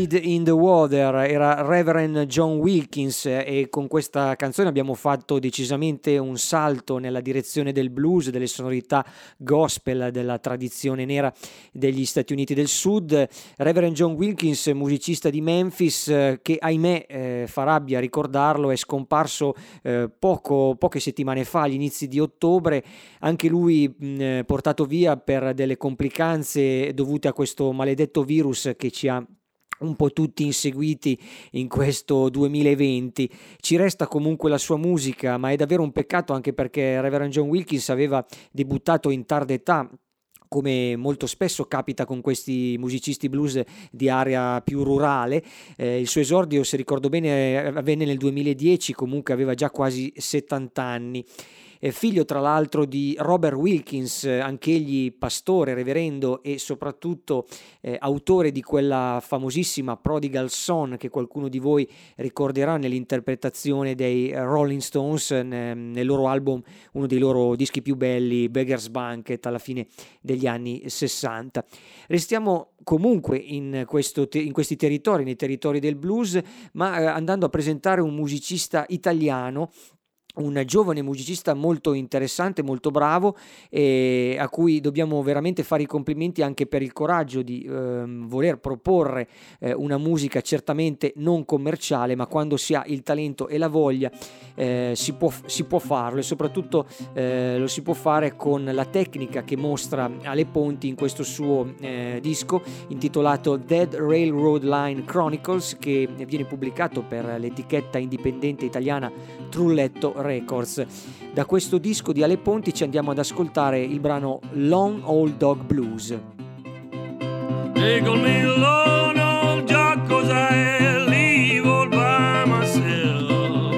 Dead in the Water, era Reverend John Wilkins, e con questa canzone abbiamo fatto decisamente un salto nella direzione del blues, delle sonorità gospel, della tradizione nera degli Stati Uniti del Sud. Reverend John Wilkins, musicista di Memphis, che ahimè, fa rabbia ricordarlo, è scomparso poche settimane fa, agli inizi di ottobre, anche lui portato via per delle complicanze dovute a questo maledetto virus che ci ha un po' tutti inseguiti in questo 2020. Ci resta comunque la sua musica, ma è davvero un peccato, anche perché Reverend John Wilkins aveva debuttato in tarda età, come molto spesso capita con questi musicisti blues di area più rurale. Il suo esordio, se ricordo bene, avvenne nel 2010, comunque aveva già quasi 70 anni. Figlio tra l'altro di Robert Wilkins, anch'egli pastore, reverendo, e soprattutto autore di quella famosissima Prodigal Son che qualcuno di voi ricorderà nell'interpretazione dei Rolling Stones nel loro album, uno dei loro dischi più belli, Beggar's Banquet, alla fine degli anni 60. Restiamo comunque in questi territori, nei territori del blues, ma andando a presentare un musicista italiano, un giovane musicista molto interessante, molto bravo, e a cui dobbiamo veramente fare i complimenti anche per il coraggio di voler proporre una musica certamente non commerciale, ma quando si ha il talento e la voglia si può farlo, e soprattutto lo si può fare con la tecnica che mostra Ale Ponti in questo suo disco intitolato Dead Railroad Line Chronicles, che viene pubblicato per l'etichetta indipendente italiana Trulletto Records. Da questo disco di Ale Ponti ci andiamo ad ascoltare il brano Long Old Dog Blues. They call me Lone Old Dog 'cause I live all by myself.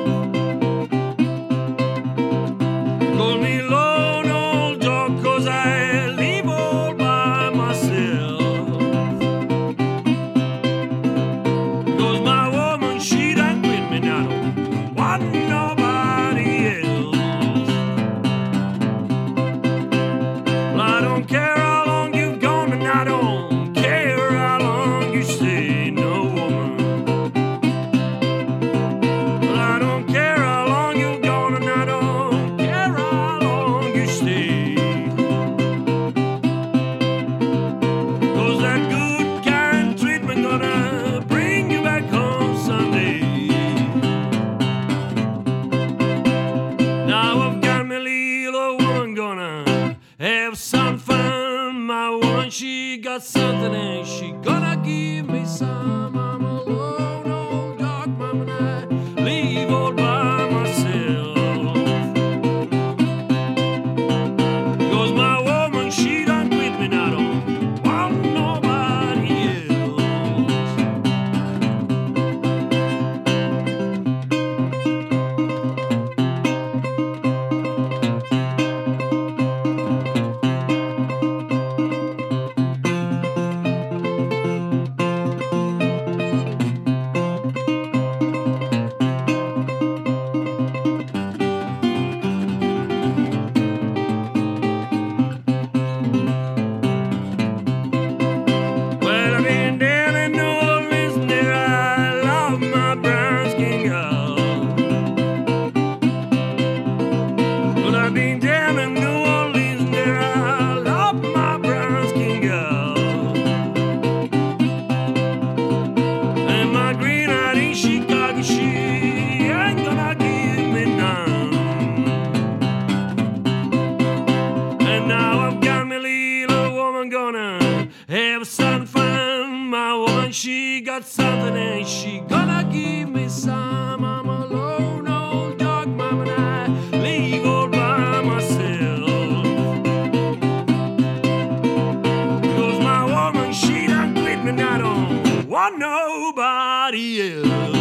Call me Lone Old Dog 'cause I live all by myself. 'Cause my woman, she done quit me now. What nobody else. Well, I don't care how long you've gone, and I don't care how long you stay, no woman. Well, I don't care how long you've gone, and I don't care how long you stay. 'Cause that good kind treatment gonna bring you back home someday. Now I've got me little woman gonna have some fun. My woman, she got something and she gonna give me some. I'm a lone old dog, mama, and I leave all by myself. 'Cause my woman, she done quit me, now I don't want nobody else. Well, I've been down in New Orleans, and there I love my brown skin girl. Well, I've been down in New Orleans, and there I love my brown skin girl. And my green-eyed in Chicago, she ain't gonna give me none. And now I've got me little woman gonna have some fun. My woman, she got something and she gonna give me some. I'm a lone old dog, mama, and I leave all by myself. 'Cause my woman, she done quit me, and I don't want nobody else.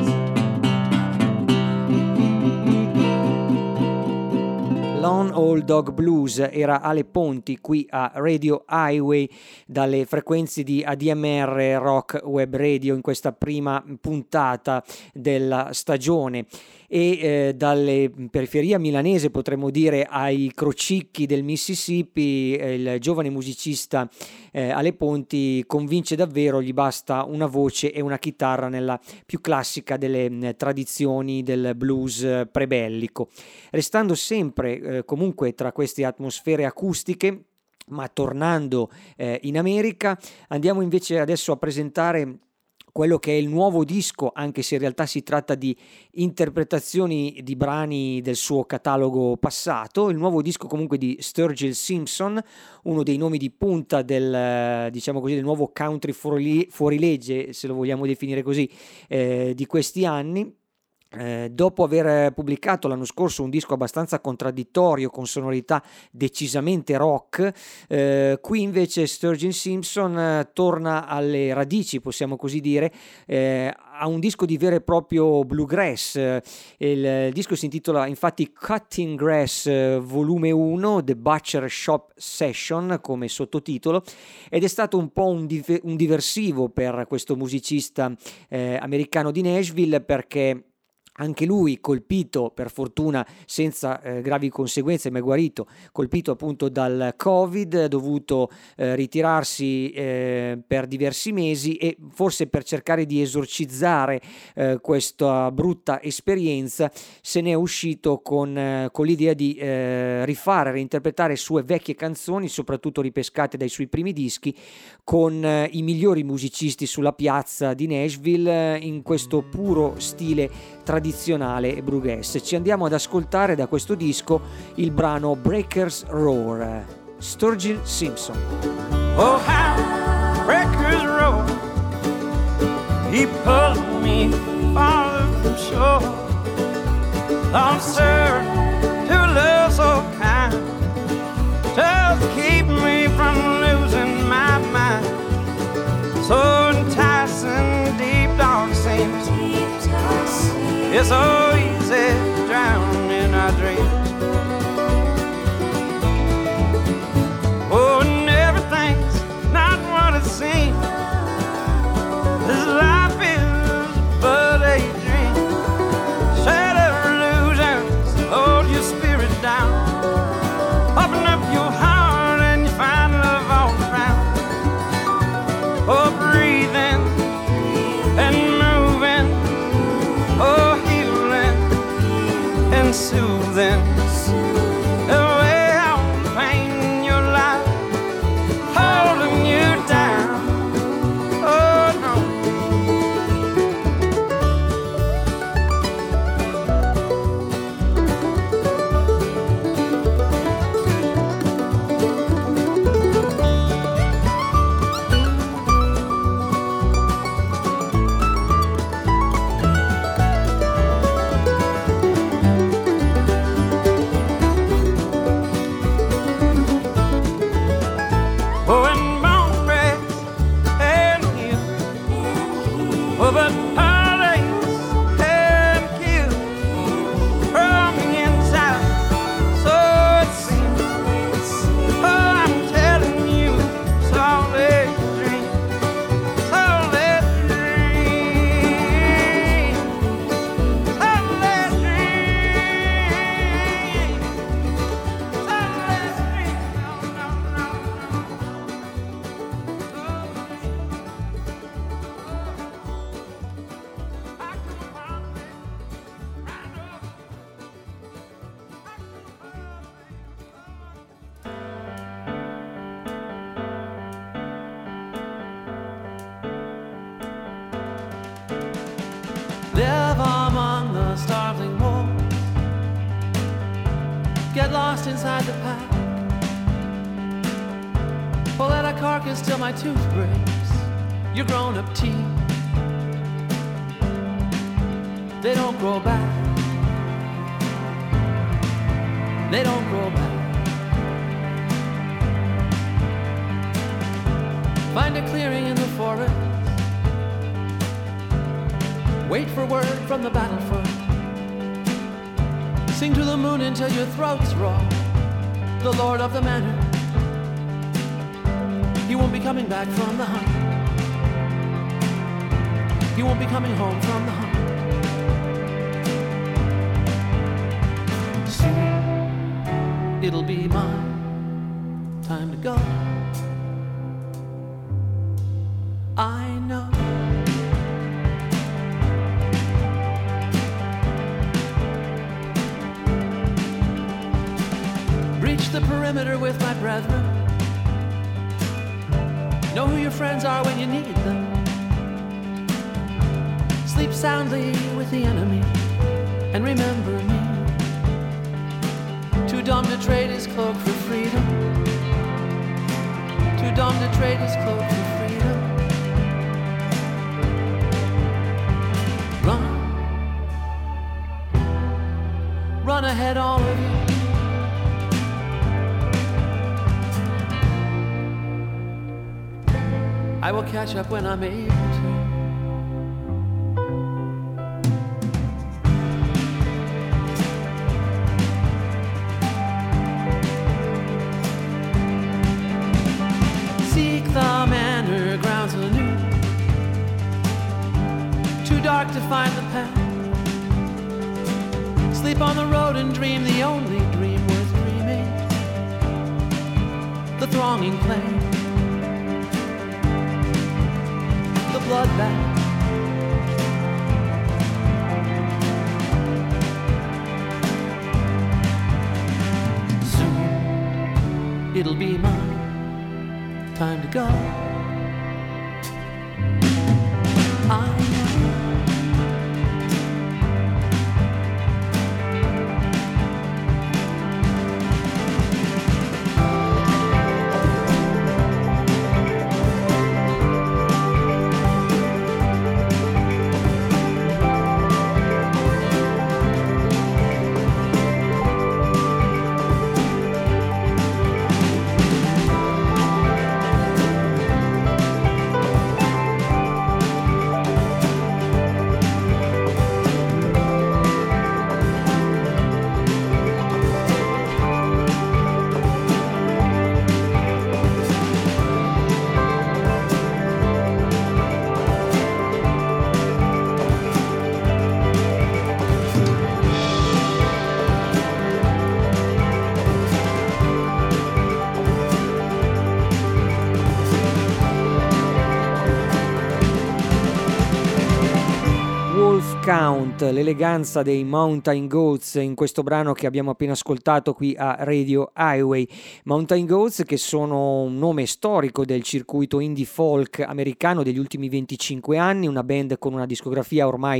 Lone Old Dog Blues era Ale Ponti qui a Radio Highway dalle frequenze di ADMR Rock Web Radio in questa prima puntata della stagione. e dalle periferie milanese, potremmo dire, ai crocicchi del Mississippi, il giovane musicista Ale Ponti convince davvero, gli basta una voce e una chitarra nella più classica delle tradizioni del blues prebellico. Restando sempre comunque tra queste atmosfere acustiche, ma tornando in America, andiamo invece adesso a presentare quello che è il nuovo disco, anche se in realtà si tratta di interpretazioni di brani del suo catalogo passato, il nuovo disco comunque di Sturgill Simpson, uno dei nomi di punta del, diciamo così, del nuovo country fuorilegge, se lo vogliamo definire così, di questi anni. Dopo aver pubblicato l'anno scorso un disco abbastanza contraddittorio con sonorità decisamente rock, qui invece Sturgill Simpson torna alle radici, possiamo così dire, a un disco di vero e proprio bluegrass. Il disco si intitola infatti Cutting Grass volume 1, The Butcher Shop Session come sottotitolo, ed è stato un po' un diversivo per questo musicista americano di Nashville, perché anche lui colpito, per fortuna senza gravi conseguenze, ma è guarito, colpito appunto dal Covid, ha dovuto ritirarsi per diversi mesi, e forse per cercare di esorcizzare questa brutta esperienza se ne è uscito con l'idea di reinterpretare sue vecchie canzoni, soprattutto ripescate dai suoi primi dischi, con i migliori musicisti sulla piazza di Nashville in questo puro stile tradizionale bluegrass. Ci andiamo ad ascoltare da questo disco il brano Breakers Roar, Sturgill Simpson. Oh, how breakers roar, he pulled me farther from shore. Oh, sir, to love so kind, just keep me from losing my mind. So enticing, deep dark seems, it's so easy to drown in our dreams. Oh, and everything's not what it seems. This life is but a dream. Shattered illusions hold your spirit down. Open up your heart and you find love all around. Oh, breathing and moving. Oh, and soothing away all the pain in your life, holding you down. Oh no. Live among the starveling wolves, get lost inside the pack, pull at a carcass till my tooth breaks. Your grown-up teeth, they don't grow back. They don't grow back. Find a clearing in the forest, wait for word from the battlefront. Sing to the moon until your throats raw. The lord of the manor, he won't be coming back from the hunt. He won't be coming home from the hunt. Soon it'll be my time to go. I know. Breach the perimeter with my brethren. Know who your friends are when you need them. Sleep soundly with the enemy and remember me. Too dumb to trade his cloak for freedom. Too dumb to trade his cloak for freedom. Run. Run ahead, all of you. I will catch up when I'm able to. Seek the manor grounds anew. Too dark to find the path. Sleep on the road and dream the only dream worth dreaming. The thronging plain. The bloodbath. Soon it'll be my time to go. I Count, l'eleganza dei Mountain Goats in questo brano che abbiamo appena ascoltato qui a Radio Highway. Mountain Goats, che sono un nome storico del circuito indie folk americano degli ultimi 25 anni, una band con una discografia ormai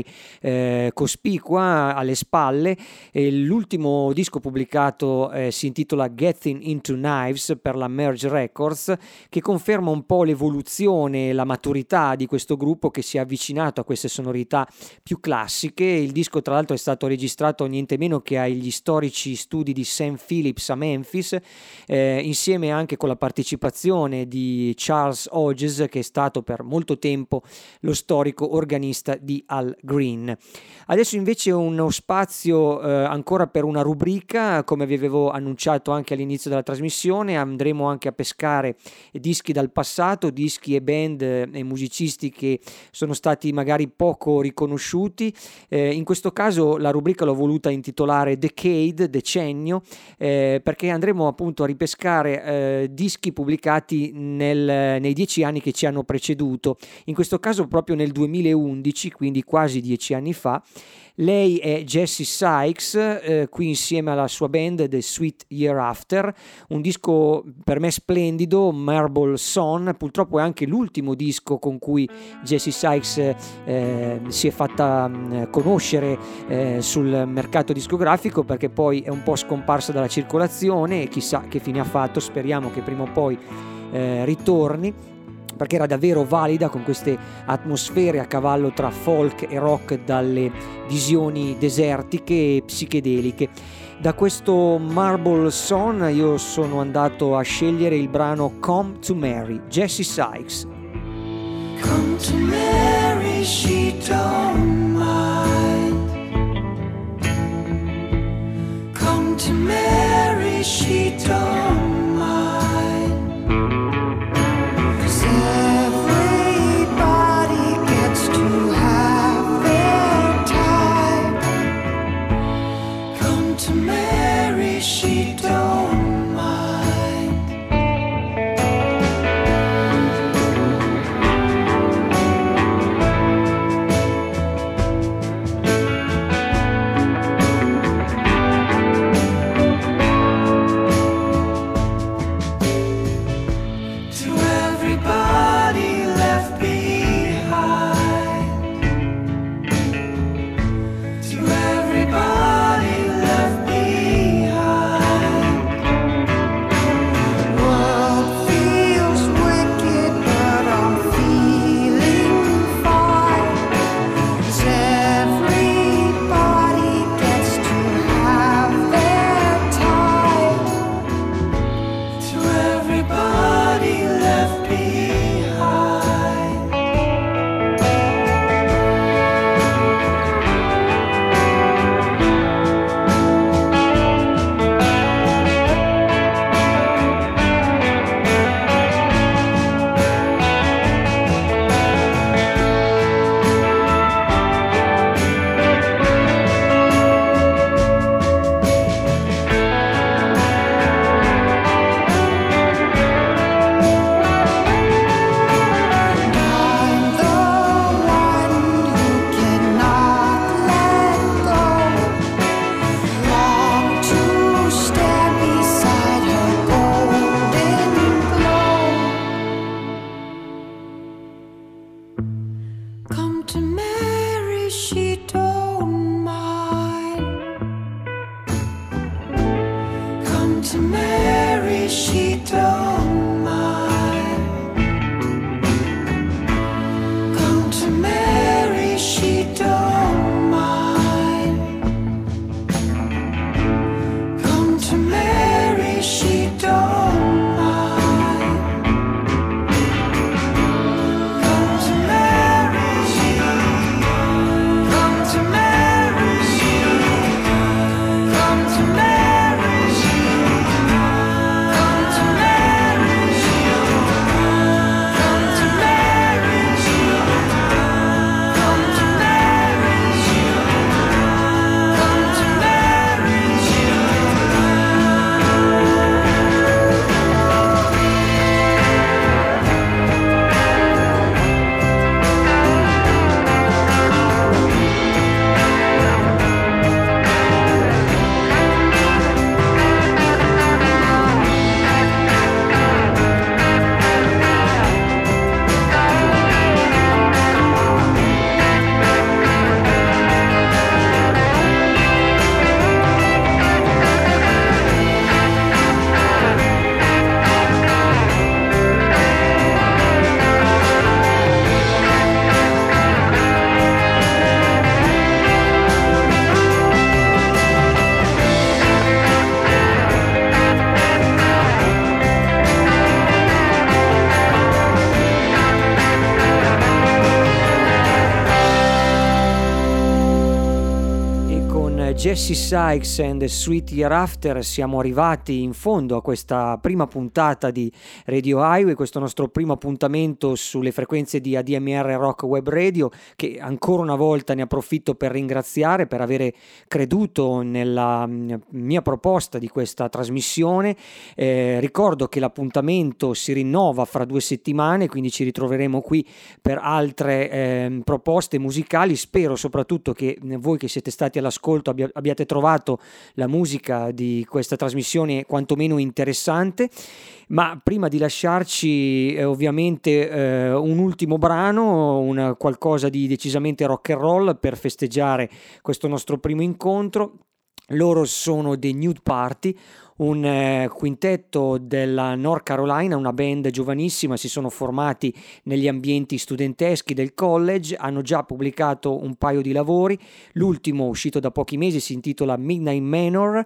cospicua alle spalle. L'ultimo disco pubblicato si intitola Getting Into Knives per la Merge Records, che conferma un po' l'evoluzione, la maturità di questo gruppo che si è avvicinato a queste sonorità più classiche. Il disco tra l'altro è stato registrato niente meno che agli storici studi di Sam Phillips a Memphis, insieme anche con la partecipazione di Charles Hodges, che è stato per molto tempo lo storico organista di Al Green. Adesso invece uno spazio ancora per una rubrica, come vi avevo annunciato anche all'inizio della trasmissione. Andremo anche a pescare dischi dal passato, dischi e band e musicisti che sono stati magari poco riconosciuti. In questo caso la rubrica l'ho voluta intitolare Decade, decennio, perché andremo appunto a ripescare dischi pubblicati nei 10 anni che ci hanno preceduto, in questo caso proprio nel 2011, quindi quasi 10 anni fa. Lei è Jessie Sykes, qui insieme alla sua band The Sweet Year After, un disco per me splendido, Marble Son. Purtroppo è anche l'ultimo disco con cui Jessie Sykes si è fatta conoscere sul mercato discografico, perché poi è un po' scomparsa dalla circolazione e chissà che fine ha fatto. Speriamo che prima o poi ritorni, perché era davvero valida, con queste atmosfere a cavallo tra folk e rock dalle visioni desertiche e psichedeliche. Da questo Marble Son io sono andato a scegliere il brano Come to Mary, Jessie Sykes. Come to Mary, she don't mind. Come to Mary, she don't mind. 'Cause everybody gets to have their time. Come to Mary. Mary, she don't mind. Come to Mary, she don't mind. Come to Mary, she don't mind. Come to Mary, she don't mind. Come to Mary, come to Mary, come to Mary, come to Mary, come to Mary, come to Mary. Jesse Sykes and the Sweet Hereafter siamo arrivati in fondo a questa prima puntata di Radio Highway, questo nostro primo appuntamento sulle frequenze di ADMR Rock Web Radio, che ancora una volta ne approfitto per ringraziare per avere creduto nella mia proposta di questa trasmissione. Ricordo che l'appuntamento si rinnova fra 2 settimane, quindi ci ritroveremo qui per altre proposte musicali. Spero soprattutto che voi che siete stati all'ascolto abbiate trovato la musica di questa trasmissione quantomeno interessante. Ma prima di lasciarci ovviamente un ultimo brano, qualcosa di decisamente rock and roll per festeggiare questo nostro primo incontro. Loro sono The Nude Party, un quintetto della North Carolina, una band giovanissima, si sono formati negli ambienti studenteschi del college, hanno già pubblicato un paio di lavori, l'ultimo uscito da pochi mesi si intitola Midnight Manor.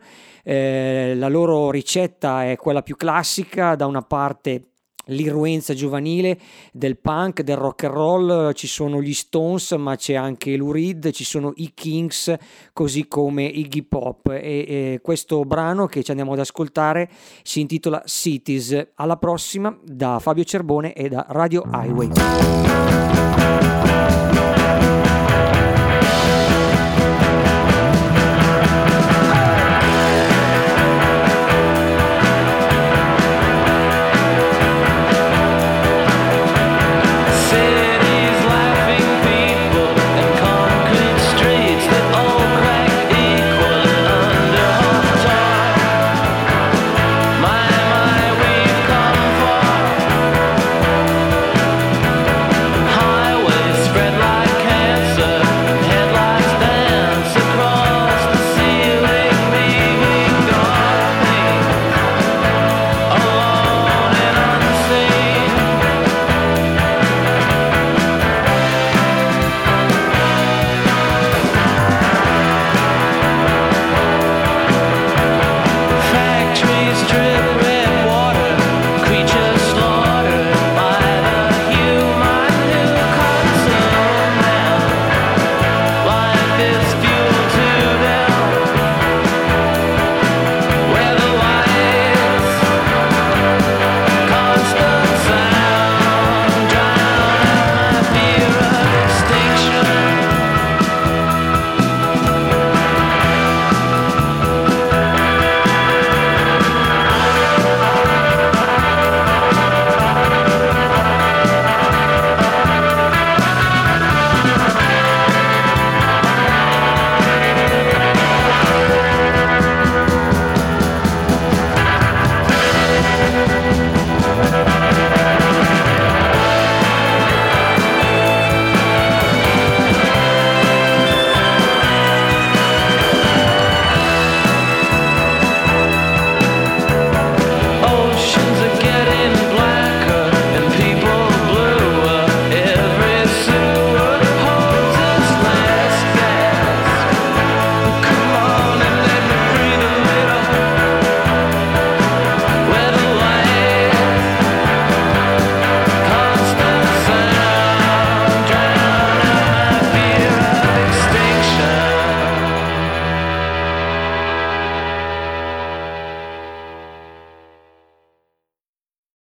La loro ricetta è quella più classica: da una parte l'irruenza giovanile del punk, del rock and roll, ci sono gli Stones, ma c'è anche Lou Reed, ci sono i Kings, così come Iggy Pop, e questo brano che ci andiamo ad ascoltare si intitola Cities. Alla prossima da Fabio Cerbone e da Radio Highway.